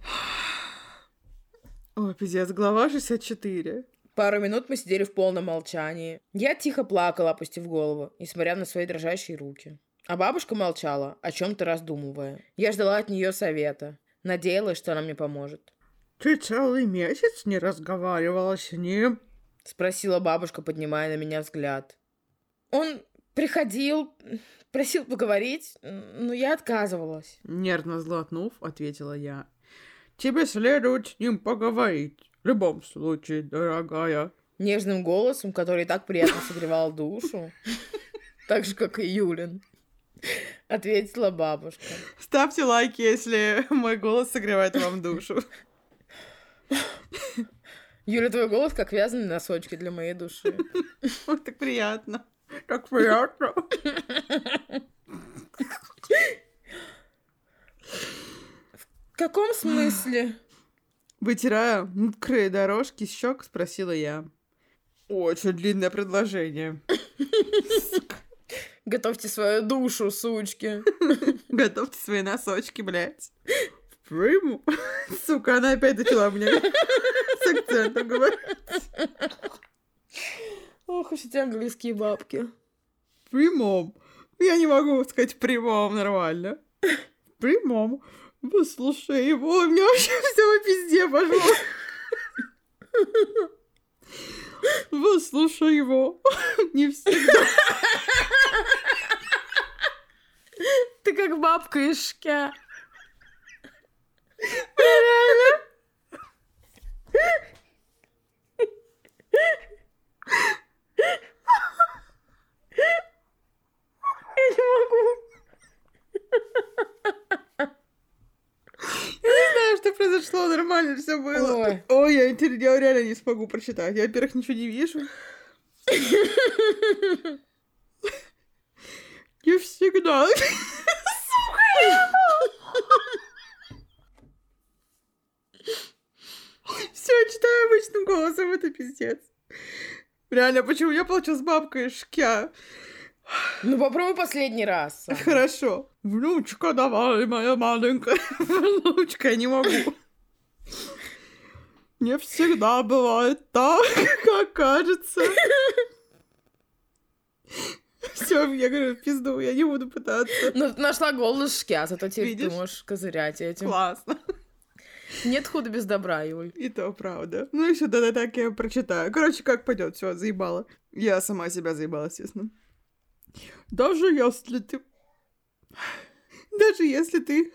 Ой, пиздец, глава шестьдесят четыре. Пару минут мы сидели в полном молчании. Я тихо плакала, опустив голову, несмотря на свои дрожащие руки. А бабушка молчала, о чем-то раздумывая. Я ждала от нее совета. Надеялась, что она мне поможет. Ты целый месяц не разговаривала с ним? Спросила бабушка, поднимая на меня взгляд. Он приходил, просил поговорить, но я отказывалась. Нервно сглотнув, ответила я. Тебе следует с ним поговорить. В любом случае, дорогая. Нежным голосом, который так приятно согревал душу, так же, как и Юлин, ответила бабушка. Ставьте лайки, если мой голос согревает вам душу. Юля, твой голос как вязаные носочки для моей души. Вот так приятно. Так приятно. В каком смысле? Вытирая мокрые дорожки с щек, спросила я. Очень длинное предложение. Готовьте свою душу, сучки. Готовьте свои носочки, блядь. Приму. Сука, она опять начала мне с акцентом говорить. Ох уж эти английские бабки. Прямом. Я не могу сказать прямом нормально. Прямом. Выслушай его. У меня вообще все по пизде пошло. Выслушай его. Не всегда. Ты как бабка из шкя. Реально? Я не могу. Я не знаю, что произошло, нормально все было. Ой. Ой, я, интер- я реально не смогу прочитать. Я, во-первых, ничего не вижу. Не всегда. Все, читаю обычным голосом, это пиздец. Реально, почему я получилась бабкой из шкя? Ну попробуй последний раз. Хорошо. Внучка, давай, моя маленькая. Внучка, я не могу. Не всегда бывает так, как кажется. Все, я говорю, в пизду, я не буду пытаться. Ну, ты нашла голос шкя, зато теперь Видишь? ты можешь козырять этим. Классно. Нет худа без добра, Юль. И то правда. Ну, еще тогда так я прочитаю. Короче, как пойдет, все, заебала. Я сама себя заебала, естественно. Даже если ты... Даже если ты...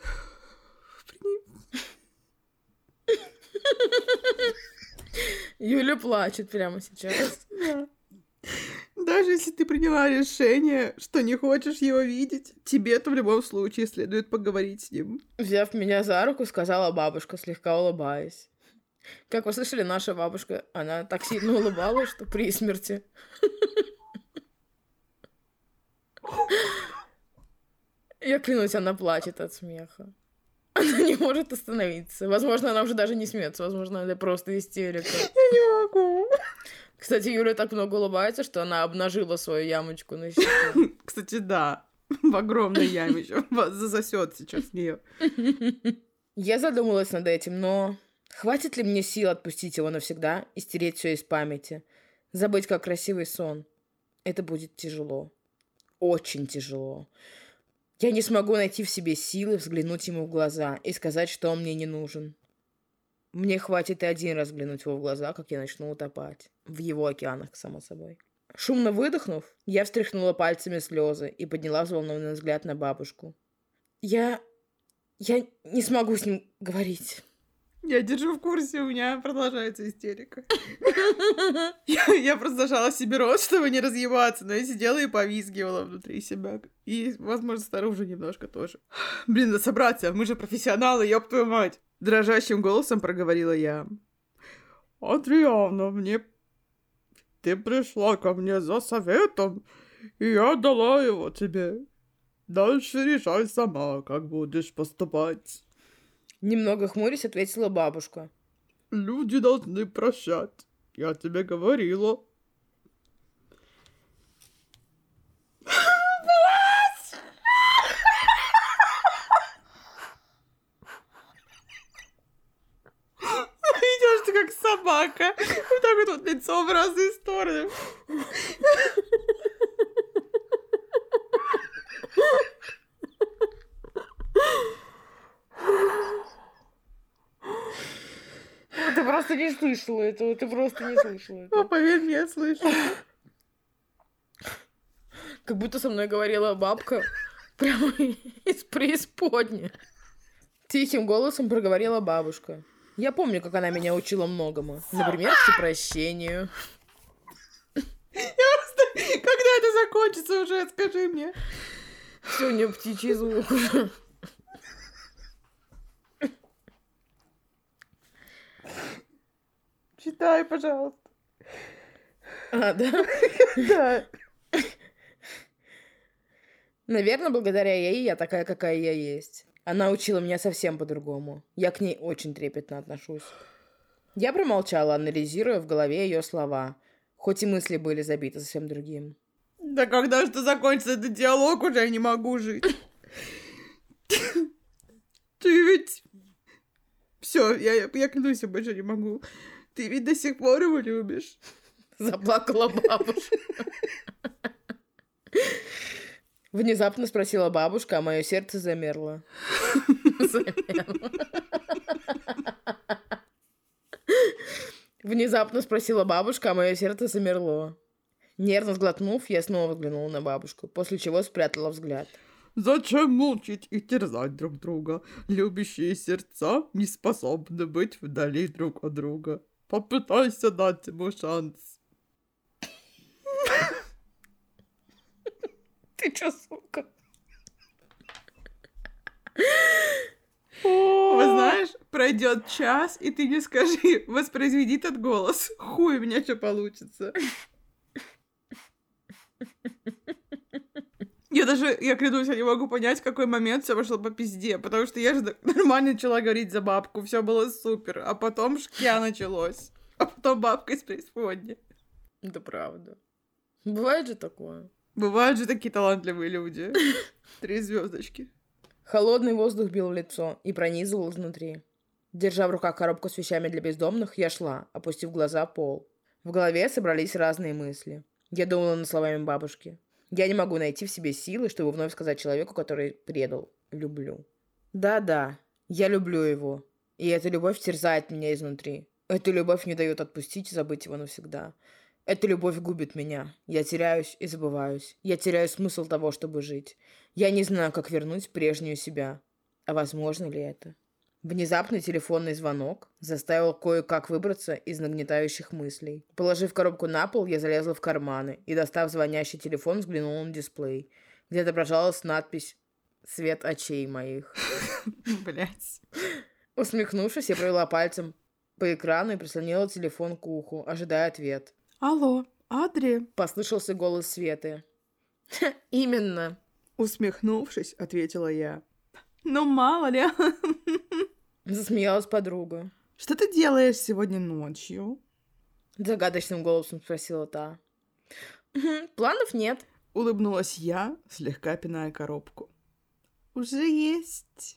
Юля плачет прямо сейчас. Да. Даже если ты приняла решение, что не хочешь его видеть, тебе-то в любом случае следует поговорить с ним. Взяв меня за руку, сказала бабушка, слегка улыбаясь. Как вы слышали, наша бабушка, она так сильно улыбалась, что при смерти. Я клянусь, она плачет от смеха. Она не может остановиться. Возможно, она уже даже не смеется. Возможно, это просто истерика. Я не могу. Кстати, Юля так много улыбается, что она обнажила свою ямочку на щеке. Кстати, да. В огромной яме еще. Засосет сейчас в нее. Я задумалась над этим, но хватит ли мне сил отпустить его навсегда и стереть все из памяти? Забыть, как красивый сон. Это будет тяжело. Очень тяжело. Я не смогу найти в себе силы взглянуть ему в глаза и сказать, что он мне не нужен. Мне хватит и один раз взглянуть его в глаза, как я начну утопать. В его океанах, само собой. Шумно выдохнув, я встряхнула пальцами слезы и подняла взволнованный взгляд на бабушку. Я... я не смогу с ним говорить. Я держу в курсе, у меня продолжается истерика. Я, я просто зажала себе рот, чтобы не разъебаться, но я сидела и повизгивала внутри себя. И, возможно, снаружи немножко тоже. Блин, надо собраться, мы же профессионалы, ёб твою мать. Дрожащим голосом проговорила я. Адриана, мне... Ты пришла ко мне за советом, и я дала его тебе. Дальше решай сама, как будешь поступать. Немного хмурясь, ответила бабушка. Люди должны прощать. Я тебе говорила. Идешь ты как собака. Вот так вот, вот лицо в разные стороны. Ты просто не слышала этого, ты просто не слышала этого. А поверь мне, я слышу. Как будто со мной говорила бабка прямо из преисподней. Тихим голосом проговорила бабушка. Я помню, как она меня учила многому. Например, всепрощению. Я просто... Когда это закончится уже, скажи мне. Сегодня птичий звук уже. Читай, пожалуйста. А, да? Да. Наверное, благодаря ей я такая, какая я есть. Она учила меня совсем по-другому. Я к ней очень трепетно отношусь. Я промолчала, анализируя в голове ее слова, хоть и мысли были забиты совсем другим. Да когда же закончится этот диалог, уже я не могу жить. Ты ведь... Все, я, я клянусь, я больше не могу. Ты ведь до сих пор его любишь. Заплакала бабушка. Внезапно спросила бабушка, а мое сердце замерло. Замерло. Внезапно спросила бабушка, а мое сердце замерло. Нервно сглотнув, я снова взглянула на бабушку, после чего спрятала взгляд. Зачем мучить и терзать друг друга? Любящие сердца не способны быть вдали друг от друга. Попытайся дать ему шанс. Ты чё, сука? Вы знаешь, пройдет час, и ты не скажи, воспроизведи этот голос. Хуй, у меня что получится. Я даже, я клянусь, я не могу понять, в какой момент все пошло по пизде, потому что я же нормально начала говорить за бабку, все было супер, а потом шкя началось, а потом бабка из преисподней. Это правда. Бывает же такое. Бывают же такие талантливые люди. Три звездочки. Холодный воздух бил в лицо и пронизывал изнутри. Держа в руках коробку с вещами для бездомных, я шла, опустив глаза в пол. В голове собрались разные мысли. Я думала над словами бабушки. Я не могу найти в себе силы, чтобы вновь сказать человеку, который предал. Люблю. Да-да, я люблю его. И эта любовь терзает меня изнутри. Эта любовь не дает отпустить и забыть его навсегда. Эта любовь губит меня. Я теряюсь и забываюсь. Я теряю смысл того, чтобы жить. Я не знаю, как вернуть прежнюю себя. А возможно ли это? Внезапный телефонный звонок заставил кое-как выбраться из нагнетающих мыслей. Положив коробку на пол, я залезла в карманы и, достав звонящий телефон, взглянула на дисплей, где отображалась надпись «Свет очей моих». Блять. Усмехнувшись, я провела пальцем по экрану и прислонила телефон к уху, ожидая ответ. Алло, Адри? Послышался голос Светы. Именно. Усмехнувшись, ответила я. Ну, мало ли. Засмеялась подруга. Что ты делаешь сегодня ночью? Загадочным голосом спросила та. Планов нет. Улыбнулась я, слегка пиная коробку. Уже есть.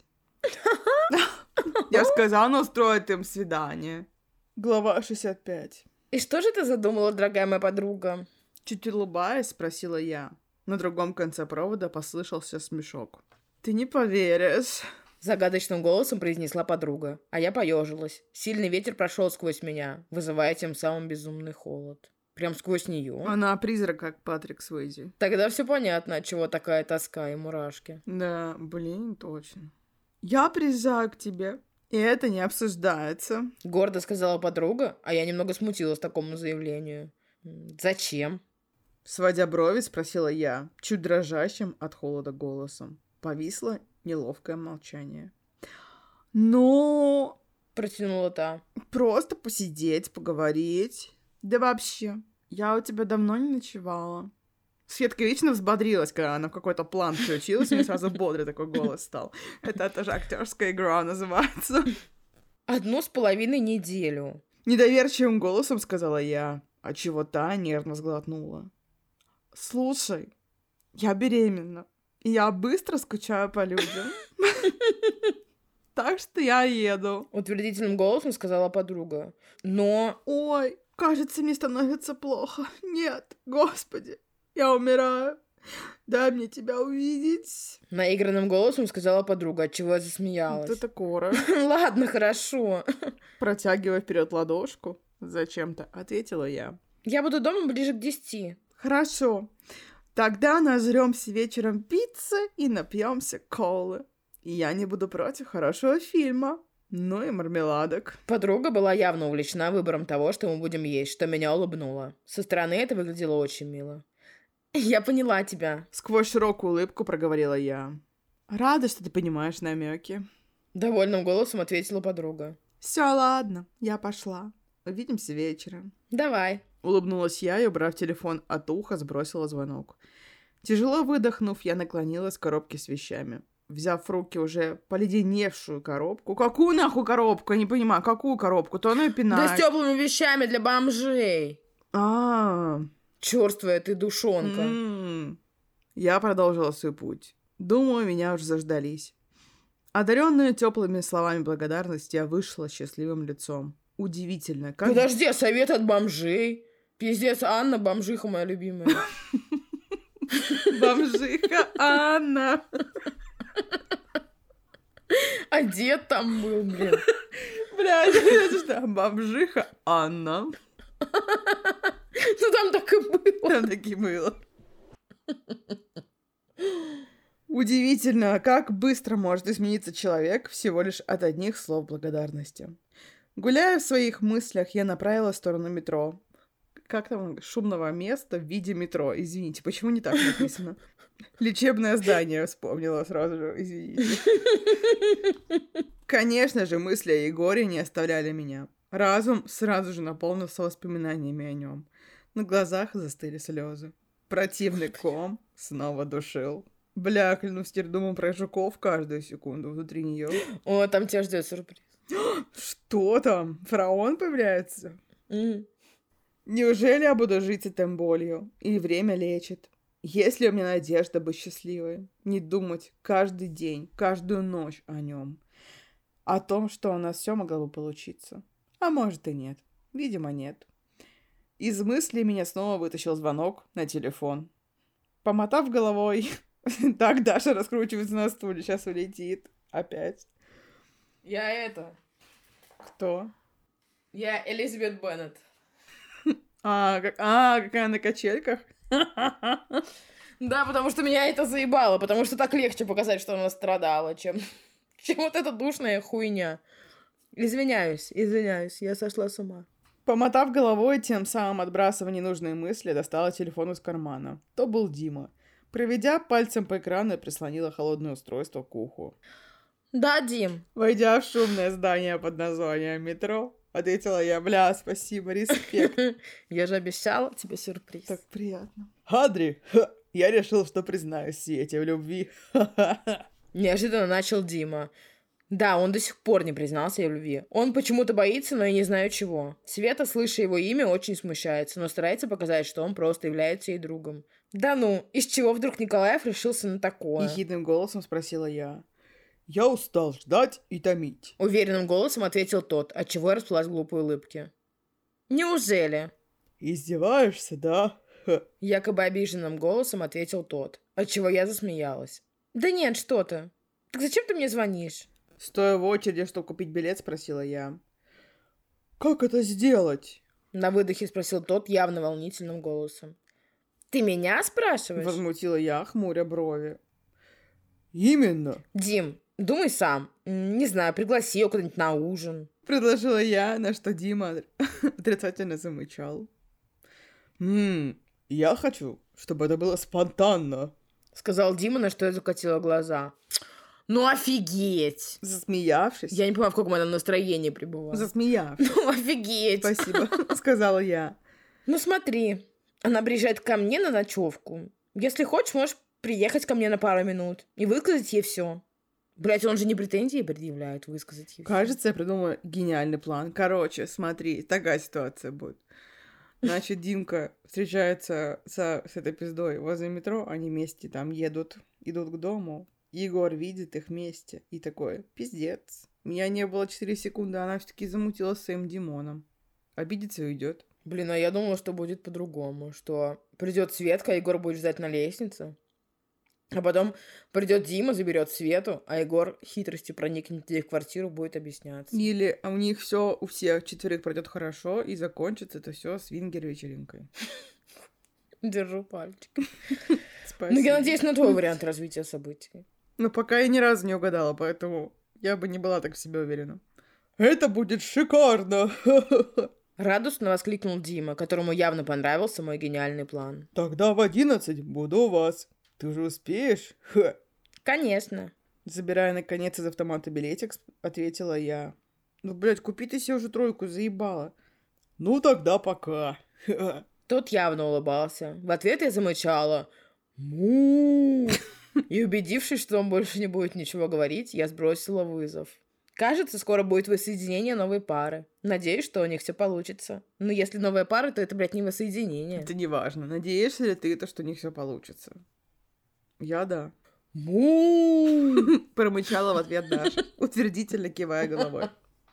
Я сказала, она устроит им свидание. Глава шестьдесят пять. И что же ты задумала, дорогая моя подруга? Чуть улыбаясь, спросила я. На другом конце провода послышался смешок. Ты не поверишь. Загадочным голосом произнесла подруга, а я поежилась. Сильный ветер прошел сквозь меня, вызывая тем самым безумный холод. Прям сквозь нее. Она призрак, как Патрик Суэйзи. Тогда все понятно, отчего такая тоска и мурашки. Да, блин, точно. Я приезжаю к тебе, и это не обсуждается. Гордо сказала подруга, а я немного смутилась такому заявлению. Зачем? Сводя брови, спросила я, чуть дрожащим от холода голосом. Повисло неловкое молчание. Ну... Протянула та. Просто посидеть, поговорить. Да вообще, я у тебя давно не ночевала. Светка вечно взбодрилась, когда она в какой-то план включилась, у нее сразу бодрый такой голос стал. Это тоже актерская игра называется. Одну с половиной неделю. Недоверчивым голосом сказала я, а чего та нервно сглотнула. Слушай, я беременна, и я быстро скучаю по людям. Так что я еду. Утвердительным голосом сказала подруга. Но... Ой, кажется, мне становится плохо. Нет, господи, я умираю. Дай мне тебя увидеть. Наигранным голосом сказала подруга, отчего я засмеялась. Вот это кора. Ладно, хорошо. Протягивая вперед ладошку, зачем-то ответила я. Я буду дома ближе к десяти. Хорошо. Тогда нажрёмся вечером пиццы и напьемся колы. И я не буду против хорошего фильма. Ну и мармеладок. Подруга была явно увлечена выбором того, что мы будем есть, что меня улыбнуло. Со стороны это выглядело очень мило. Я поняла тебя. Сквозь широкую улыбку проговорила я. Рада, что ты понимаешь намеки. Довольным голосом ответила подруга. Все, ладно, я пошла. Увидимся вечером. Давай. Улыбнулась я и, убрав телефон от уха, сбросила звонок. Тяжело выдохнув, я наклонилась к коробке с вещами. Взяв в руки уже поледеневшую коробку. Какую нахуй коробку? Я не понимаю, какую коробку? То она и пинает. Да с теплыми вещами для бомжей. А, Чёрствая ты душонка. м-м. Я продолжила свой путь. Думаю, меня уже заждались. Одаренная теплыми словами благодарности, я вышла счастливым лицом. Удивительно, как... Подожди, а совет от бомжей? Пиздец, Анна, бомжиха моя любимая. Бомжиха Анна. А дед там был, блин. Блядь, это что? Бомжиха Анна. Ну там так и было. Там таки было. Удивительно, как быстро может измениться человек всего лишь от одних слов благодарности. Гуляя в своих мыслях, я направилась в сторону метро. Как там? Шумного места в виде метро. Извините, почему не так написано? Лечебное здание вспомнила сразу же, извините. Конечно же, мысли о Егоре не оставляли меня. Разум сразу же наполнился воспоминаниями о нем. На глазах застыли слезы. Противный ком снова душил. Бля, клянусь, теперь думаю про жуков каждую секунду внутри нее. О, там тебя ждет сюрприз. Что там? Фараон появляется? Mm. Неужели я буду жить этой болью? Или время лечит? Есть ли у меня надежда быть счастливой? Не думать каждый день, каждую ночь о нем. О том, что у нас все могло бы получиться. А может и нет. Видимо, нет. Из мыслей меня снова вытащил звонок на телефон. Помотав головой... Так, Даша раскручивается на стуле, сейчас улетит. Опять. Я это... Кто? Я Элизабет Беннет. А, как... а, какая на качельках? Да, потому что меня это заебало, потому что так легче показать, что она страдала, чем, чем вот эта душная хуйня. Извиняюсь, извиняюсь, я сошла с ума. Помотав головой, тем самым отбрасывая ненужные мысли, достала телефон из кармана. То был Дима. Проведя пальцем по экрану, прислонила холодное устройство к уху. Да, Дим. Войдя в шумное здание под названием метро, ответила я: бля, спасибо, респект. Я же обещала тебе сюрприз. Так приятно. Адри, я решил, что признаюсь Свете в любви. Неожиданно начал Дима. Да, он до сих пор не признался ей в любви. Он почему-то боится, но я не знаю чего. Света, слыша его имя, очень смущается, но старается показать, что он просто является ей другом. Да ну, из чего вдруг Николаев решился на такое? Ехидным голосом спросила я. Я устал ждать и томить. Уверенным голосом ответил тот, отчего я расплылась в глупой улыбке. Неужели? Издеваешься, да? Якобы обиженным голосом ответил тот, отчего я засмеялась. Да нет, что ты. Так зачем ты мне звонишь? Стоя в очереди, чтобы купить билет, спросила я. Как это сделать? На выдохе спросил тот явно волнительным голосом. Ты меня спрашиваешь? Возмутила я, хмуря брови. Именно. Дим, думай сам. Не знаю, пригласи ее куда-нибудь на ужин. Предложила я, на что Дима отрицательно замычал. Ммм, я хочу, чтобы это было спонтанно. Сказал Дима, на что я закатила глаза. Ну офигеть! Засмеявшись. Я не понимаю, в каком она настроении пребывала. Засмеявшись. Ну офигеть! Спасибо, сказала я. Ну смотри, она приезжает ко мне на ночевку. Если хочешь, можешь приехать ко мне на пару минут и высказать ей все. Блять, он же не претензии предъявляет, высказать ей. Кажется, я придумала гениальный план. Короче, смотри, такая ситуация будет. Значит, Димка встречается со, с этой пиздой возле метро, они вместе там едут, идут к дому. Егор видит их вместе и такой: пиздец. Меня не было четыре секунды, она все-таки замутила с своим Димоном. Обидится и уйдет. Блин, а я думала, что будет по-другому. Что придет Светка, а Егор будет ждать на лестнице. А потом придет Дима, заберет Свету, а Егор хитростью проникнет в квартиру, будет объясняться. Или у них все у всех четверых пройдет хорошо, и закончится это все свингер-вечеринкой. Держу пальчик. Спасибо. Ну, я надеюсь на твой вариант развития событий. Но пока я ни разу не угадала, поэтому я бы не была так в себе уверена. Это будет шикарно! Радостно воскликнул Дима, которому явно понравился мой гениальный план. Тогда в одиннадцать буду у вас. Ты же успеешь? Ха. Конечно. Забирая, наконец, из автомата билетик, ответила я. Ну, блядь, купи ты себе уже тройку, заебала. Ну, тогда пока. Тот явно улыбался. В ответ я замычала. Му. И убедившись, что он больше не будет ничего говорить, я сбросила вызов. Кажется, скоро будет воссоединение новой пары. Надеюсь, что у них все получится. Но если новая пара, то это, блядь, не воссоединение. Это не важно. Надеешься ли ты, то, что у них все получится? Я да. Му! Промычала в ответ Даша, утвердительно кивая головой.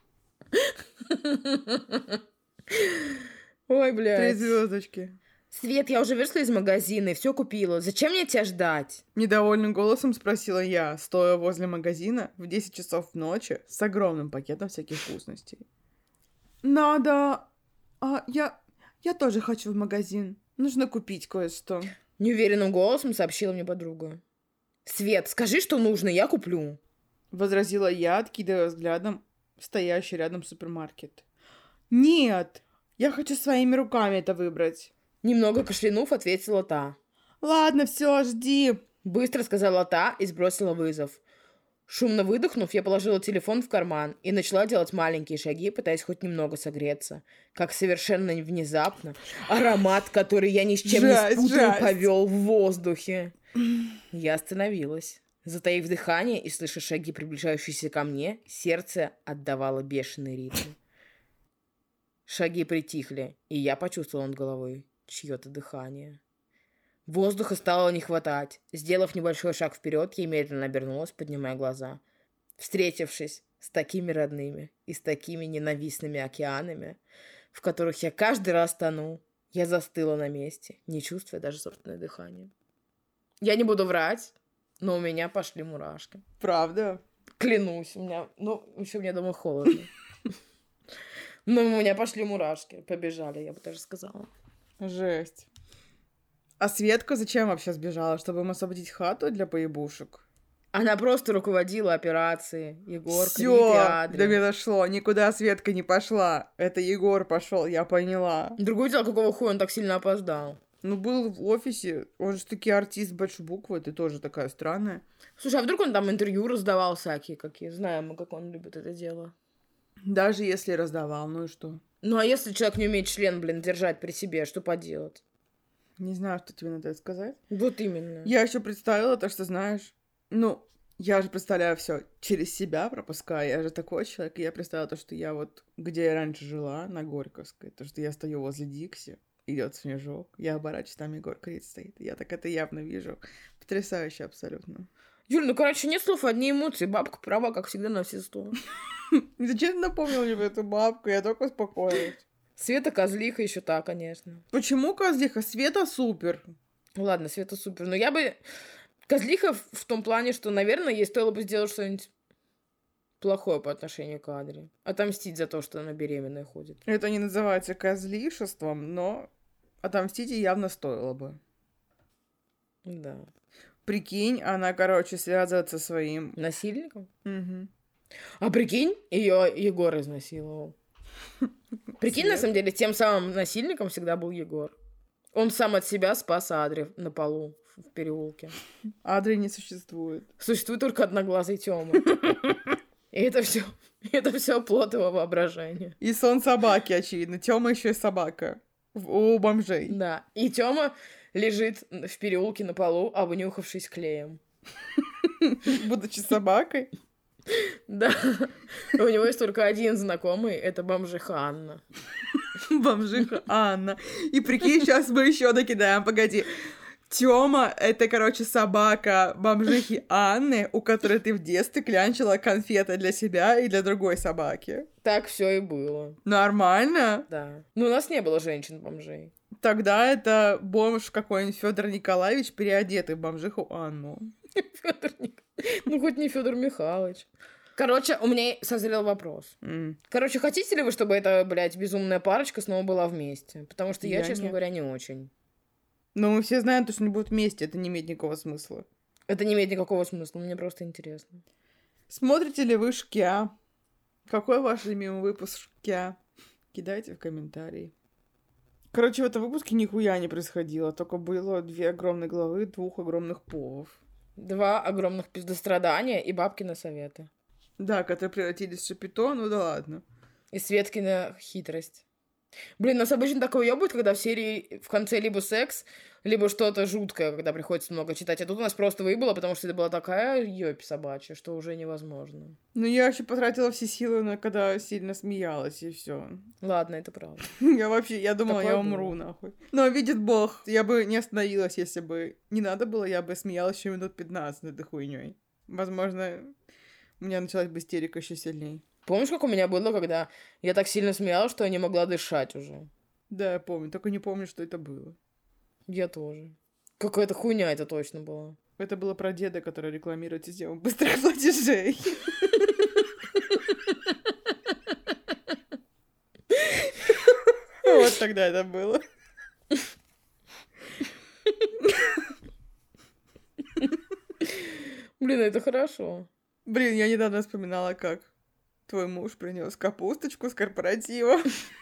Ой, блядь. Три звездочки. Свет, я уже вышла из магазина и все купила. Зачем мне тебя ждать? Недовольным голосом спросила я, стоя возле магазина в десять часов ночи с огромным пакетом всяких вкусностей. Надо... А, я... Я тоже хочу в магазин. Нужно купить кое-что. Неуверенным голосом сообщила мне подруга. Свет, скажи, что нужно, я куплю. Возразила я, откидывая взглядом стоящий рядом супермаркет. Нет, я хочу своими руками это выбрать. Немного кашлянув, ответила та. Ладно, все, жди. Быстро сказала та и сбросила вызов. Шумно выдохнув, я положила телефон в карман и начала делать маленькие шаги, пытаясь хоть немного согреться. Как совершенно внезапно аромат, который я ни с чем Жесть, не спутаю, жесть. повел в воздухе. Я остановилась. Затаив дыхание и слыша шаги, приближающиеся ко мне, сердце отдавало бешеный ритм. Шаги притихли, и я почувствовала над головой чье-то дыхание. Воздуха стало не хватать. Сделав небольшой шаг вперед, я медленно обернулась, поднимая глаза. Встретившись с такими родными и с такими ненавистными океанами, в которых я каждый раз тону, я застыла на месте, не чувствуя даже собственное дыхание. Я не буду врать, но у меня пошли мурашки. Правда? Клянусь, у меня, ну, еще мне дома холодно. Ну, у меня пошли мурашки, побежали, я бы даже сказала. Жесть. А Светка зачем вообще сбежала? Чтобы им освободить хату для поебушек? Она просто руководила операцией. Егор, Крит и Всё, Адри. до меня дошло. Никуда Светка не пошла. Это Егор пошел, я поняла. Другое дело, какого хуя он так сильно опоздал. Ну, был в офисе. Он же таки артист большой буквы. Ты тоже такая странная. Слушай, а вдруг он там интервью раздавал всякие, какие? Знаем мы, как он любит это дело. Даже если раздавал, ну и что? Ну, а если человек не умеет член, блин, держать при себе, что поделать? Не знаю, что тебе надо сказать. Вот именно. Я еще представила то, что знаешь... Ну, я же представляю все через себя пропускаю. Я же такой человек. И я представила то, что я вот, где я раньше жила, на Горьковской, то, что я стою возле Дикси, идет снежок, я оборачиваюсь, там Егор Крид стоит. Я так это явно вижу. Потрясающе абсолютно. Юль, ну, короче, нет слов, одни эмоции. Бабка права, как всегда, на все сто. Зачем ты напомнил мне эту бабку? Я только успокоилась. Света Козлиха еще та, конечно. Почему Козлиха? Света супер. Ладно, Света супер. Но я бы... Козлиха в, в том плане, что, наверное, ей стоило бы сделать что-нибудь плохое по отношению к Адри. Отомстить за то, что она беременная ходит. Это не называется козлишеством, но отомстить ей явно стоило бы. Да. Прикинь, она, короче, связывается со своим... Насильником? Угу. А прикинь, ее Егор изнасиловал. Прикинь, на самом деле, тем самым насильником всегда был Егор. Он сам от себя спас Адри на полу в переулке. Адри не существует. Существует только одноглазый Тёма. И это все, это все плод его воображения. И сон собаки, очевидно. Тёма еще и собака. У бомжей. Да. И Тёма лежит в переулке на полу, обнюхавшись клеем. Будучи собакой. Да. У него есть только один знакомый, это бомжиха Анна. Бомжиха Анна. И прикинь, сейчас мы еще докидаем, погоди. Тёма — это, короче, собака бомжихи Анны, у которой ты в детстве клянчила конфеты для себя и для другой собаки. Так все и было. Нормально? Да. Но у нас не было женщин-бомжей. Тогда это бомж какой-нибудь Федор Николаевич, переодетый в бомжиху Анну. Федор Ник... Ну, хоть не Федор Михайлович. Короче, у меня созрел вопрос. Mm. Короче, хотите ли вы, чтобы эта, блядь, безумная парочка снова была вместе? Потому что я, Я честно не. говоря, не очень. Но мы все знаем, что они будут вместе, это не имеет никакого смысла. Это не имеет никакого смысла, мне просто интересно. Смотрите ли вы Шкиа? Какой ваш любимый выпуск Шкиа? Кидайте в комментарии. Короче, в этом выпуске нихуя не происходило, только было две огромные главы двух огромных полов. Два огромных пиздострадания и бабкины советы. Да, которые превратились в шапито, ну да ладно. И Светкина хитрость. Блин, нас обычно такое ёбает, когда в серии в конце либо секс, либо что-то жуткое, когда приходится много читать. А тут у нас просто выбыло, потому что это была такая ёбь собачья, что уже невозможно. Ну, я еще потратила все силы, на когда сильно смеялась, и все. Ладно, это правда. Я вообще, я думала, Такое я умру, было. нахуй. Но видит бог, я бы не остановилась, если бы не надо было, я бы смеялась еще минут пятнадцать над этой хуйней. Возможно, у меня началась бы истерика еще сильней. Помнишь, как у меня было, когда я так сильно смеялась, что я не могла дышать уже? Да, я помню, только не помню, что это было. Я тоже. Какая-то хуйня это точно была. Это было про деда, который рекламирует систему быстрых платежей. Вот тогда это было. Блин, это хорошо. Блин, я недавно вспоминала, как твой муж принес капусточку с корпоратива.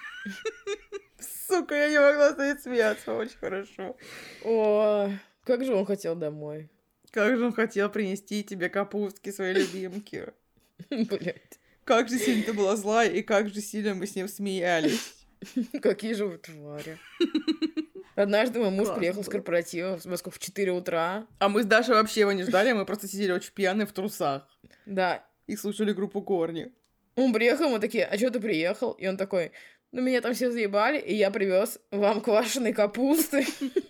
Сука, я не могла остановить смеяться, очень хорошо. О, как же он хотел домой. Как же он хотел принести тебе капустки, свои любимки. Блять. Как же сильно ты была злая, и как же сильно мы с ним смеялись. Какие же вы твари. Однажды мой муж Классно приехал с было. корпоратива в Москву в четыре утра. А мы с Дашей вообще его не ждали, мы просто сидели очень пьяные в трусах. Да. И слушали группу Корни. Он приехал, мы такие, а что ты приехал? И он такой, ну меня там все заебали, и я привез вам квашеной капусты.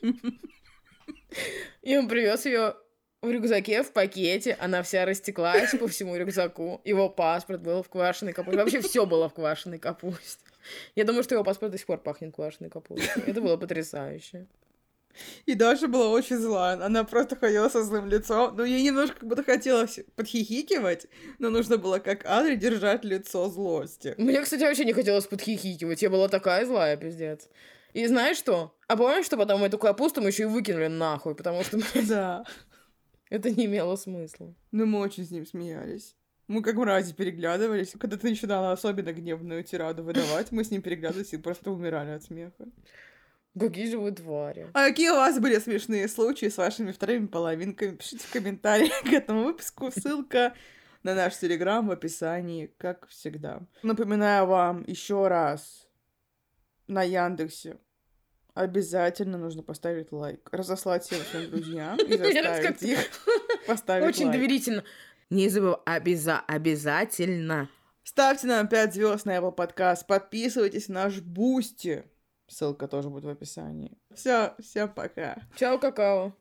И он привез ее в рюкзаке, в пакете. Она вся растеклась по всему рюкзаку. Его паспорт был в квашеной капусте. Вообще все было в квашеной капусте. Я думаю, что его паспорт до сих пор пахнет квашеной капустой. Это было потрясающе. И Даша была очень зла. Она просто ходила со злым лицом. Ну, ей немножко как будто хотелось подхихикивать, но нужно было, как Адри, держать лицо злости. Мне, кстати, вообще не хотелось подхихикивать. Я была такая злая, пиздец. И знаешь что? А помнишь, что потом эту капусту мы еще и выкинули нахуй, потому что Да. это не имело смысла. Ну, мы очень с ним смеялись. Мы как мрази переглядывались. Когда ты начинала особенно гневную тираду выдавать, мы с ним переглядывались и просто умирали от смеха. Какие же вы твари. А какие у вас были смешные случаи с вашими вторыми половинками? Пишите в комментариях к этому выпуску. Ссылка на наш телеграм в описании, как всегда. Напоминаю вам еще раз, на Яндексе обязательно нужно поставить лайк, разослать всем своим друзьям и заставить их поставить лайк. Очень доверительно. Не забывай, обяза- обязательно. Ставьте нам пять звезд на Apple Podcast, подписывайтесь на наш Бусти. Ссылка тоже будет в описании. Все, всем пока. Чао, какао.